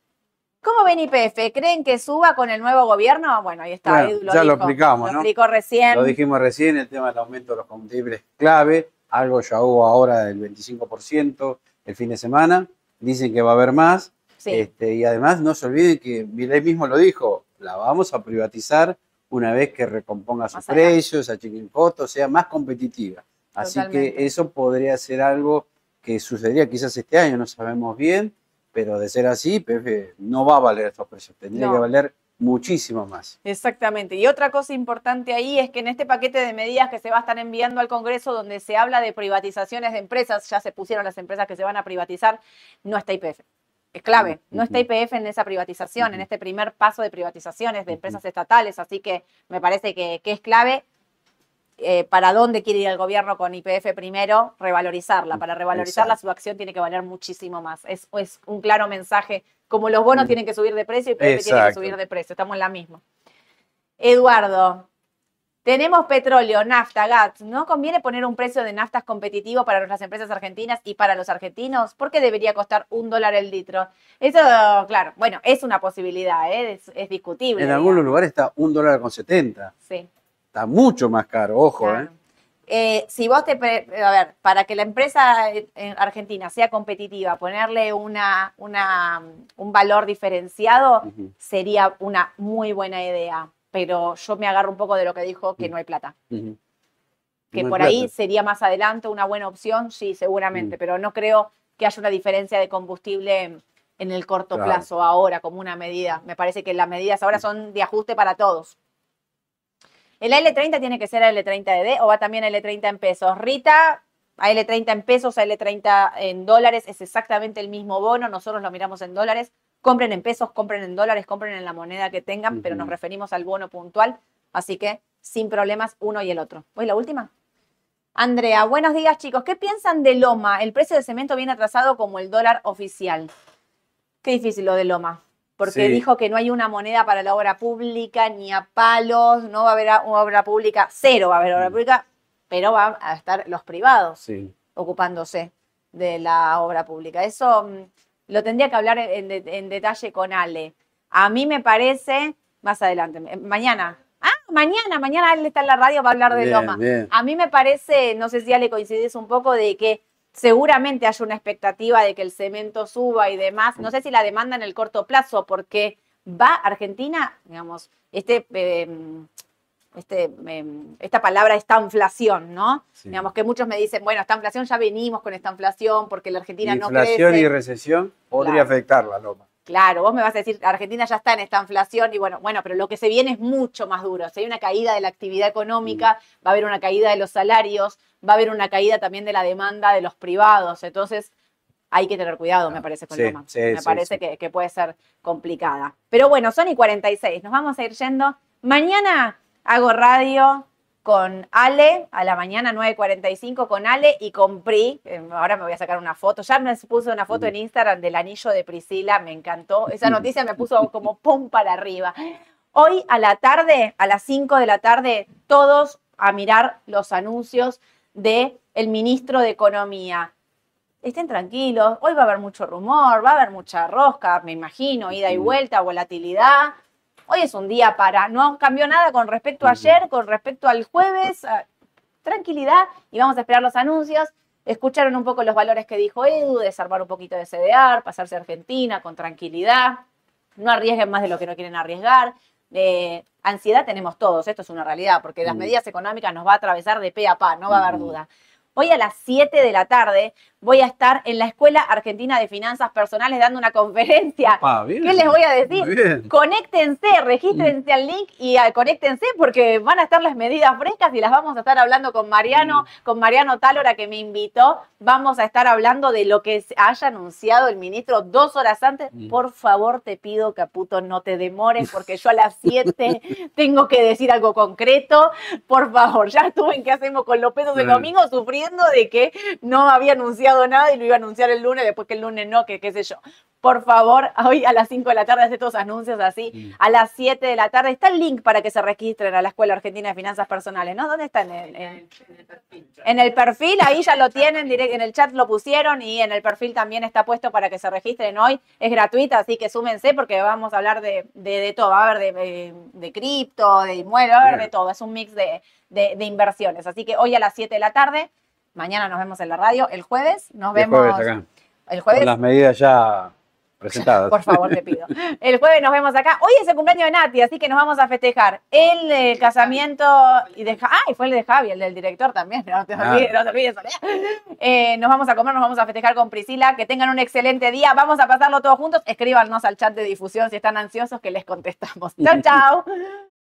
¿Cómo ven I P F? ¿Creen que suba con el nuevo gobierno? Bueno, ahí está. Bueno, Edu lo ya dijo, lo explicamos, lo ¿no? explicó recién. Lo dijimos recién, el tema del aumento de los combustibles clave. Algo ya hubo ahora del veinticinco por ciento el fin de semana. Dicen que va a haber más. Sí. Este, y además no se olviden que Milei mismo lo dijo, la vamos a privatizar una vez que recomponga sus precios, achique impuestos, sea más competitiva. Así Totalmente. que eso podría ser algo que sucedería quizás este año, no sabemos bien, pero de ser así, I P F no va a valer estos precios, tendría no. que valer muchísimo más. Exactamente. Y otra cosa importante ahí es que en este paquete de medidas que se va a estar enviando al Congreso, donde se habla de privatizaciones de empresas, ya se pusieron las empresas que se van a privatizar, no está I P F. Es clave, no está I P F en esa privatización, en este primer paso de privatizaciones de empresas estatales, así que me parece que, que es clave eh, para dónde quiere ir el gobierno con I P F primero, revalorizarla. Para revalorizarla Exacto. su acción tiene que valer muchísimo más. Es, es un claro mensaje, como los bonos tienen que subir de precio, I P F Exacto. tiene que subir de precio, estamos en la misma. Eduardo. Tenemos petróleo, nafta, gas. ¿No conviene poner un precio de naftas competitivo para las empresas argentinas y para los argentinos? ¿Por qué debería costar un dólar el litro? Eso, claro, bueno, es una posibilidad, ¿eh? es, es discutible. En algunos lugares está un dólar con setenta. Sí. Está mucho más caro, ojo, claro. ¿eh? Eh, si vos te... A ver, para que la empresa argentina sea competitiva, ponerle una, una, un valor diferenciado uh-huh. sería una muy buena idea. Pero yo me agarro un poco de lo que dijo, que no hay plata. Uh-huh. Que no por ahí plata. Sería más adelante una buena opción, sí, seguramente, uh-huh. pero no creo que haya una diferencia de combustible en el corto claro. plazo ahora como una medida. Me parece que las medidas ahora son de ajuste para todos. ¿El A L treinta tiene que ser A L treinta D D o va también A L treinta en pesos? Rita, A L treinta en pesos, A L treinta en dólares, es exactamente el mismo bono, nosotros lo miramos en dólares. Compren en pesos, compren en dólares, compren en la moneda que tengan, uh-huh. pero nos referimos al bono puntual, así que sin problemas uno y el otro. ¿Voy la última? Andrea, buenos días chicos. ¿Qué piensan de Loma? El precio de cemento viene atrasado como el dólar oficial. Qué difícil lo de Loma, porque sí. dijo que no hay una moneda para la obra pública, ni a palos, no va a haber una obra pública, cero va a haber obra pública, pero van a estar los privados sí. ocupándose de la obra pública. Eso... Lo tendría que hablar en, de, en detalle con Ale. A mí me parece, más adelante, mañana. Ah, mañana, mañana Ale está en la radio para hablar de bien, Loma. Bien. A mí me parece, no sé si Ale coincidís un poco, de que seguramente haya una expectativa de que el cemento suba y demás. No sé si la demanda en el corto plazo, porque va Argentina, digamos, este... Eh, Este, eh, esta palabra esta inflación, ¿no? Sí. Digamos que muchos me dicen, bueno, esta inflación ya venimos con esta inflación porque la Argentina no crece. Inflación y recesión podría claro. afectarla, Loma. Claro, vos me vas a decir, Argentina ya está en esta inflación y bueno, bueno, pero lo que se viene es mucho más duro. Si hay una caída de la actividad económica, mm. va a haber una caída de los salarios, va a haber una caída también de la demanda de los privados. Entonces, hay que tener cuidado, me parece, con sí, Loma. Sí, me sí, parece sí. Que, que puede ser complicada. Pero bueno, son y cuarenta y seis, nos vamos a ir yendo. Mañana hago radio con Ale, a la mañana nueve cuarenta y cinco con Ale y con Pri. Ahora me voy a sacar una foto. Ya me puse una foto en Instagram del anillo de Priscila, me encantó. Esa noticia me puso como pum para arriba. Hoy a la tarde, a las cinco de la tarde, todos a mirar los anuncios del ministro de Economía. Estén tranquilos, hoy va a haber mucho rumor, va a haber mucha rosca, me imagino, ida y vuelta, volatilidad. Hoy es un día para, no cambió nada con respecto a ayer, con respecto al jueves. Tranquilidad y vamos a esperar los anuncios. Escucharon un poco los valores que dijo Edu, desarmar un poquito de C D R, pasarse a Argentina con tranquilidad. No arriesguen más de lo que no quieren arriesgar. Eh, ansiedad tenemos todos, esto es una realidad, porque las medidas económicas nos va a atravesar de pe a pa, no va a haber duda. Hoy a las siete de la tarde voy a estar en la Escuela Argentina de Finanzas Personales dando una conferencia. Ah, bien. ¿Qué les voy a decir? Muy bien. Conéctense, regístrense al link y uh, conéctense porque van a estar las medidas frescas y las vamos a estar hablando con Mariano, Sí. con Mariano Tálora que me invitó. Vamos a estar hablando de lo que haya anunciado el ministro dos horas antes. Sí. Por favor, te pido, Caputo, no te demores porque yo a las siete tengo que decir algo concreto. Por favor, ya estuve en qué hacemos con los pesos el Claro. domingo sufriendo de que no había anunciado nada y lo iba a anunciar el lunes, después que el lunes no, que qué sé yo. Por favor, hoy a las cinco de la tarde hace todos anuncios así. Sí. A las siete de la tarde está el link para que se registren a la Escuela Argentina de Finanzas Personales, ¿no? ¿Dónde está? En el, en, en el perfil, ahí ya lo tienen, direct, en el chat lo pusieron y en el perfil también está puesto para que se registren hoy. Es gratuita, así que súmense porque vamos a hablar de, de, de todo. Va a haber de, de, de cripto, de inmuebles, va a haber de todo. Es un mix de, de, de inversiones. Así que hoy a las siete de la tarde, mañana nos vemos en la radio, el jueves nos El vemos. jueves acá. El jueves. Con las medidas ya presentadas. Por favor, te pido. El jueves nos vemos acá. Hoy es el cumpleaños de Nati, así que nos vamos a festejar. El, el casamiento y de Ja- ah, y fue el de Javi, el del director también. No te Ah. olvides, no te olvides, Soledad. Eh, nos vamos a comer, nos vamos a festejar con Priscila. Que tengan un excelente día. Vamos a pasarlo todos juntos. Escríbanos al chat de difusión si están ansiosos que les contestamos. Chau, chau.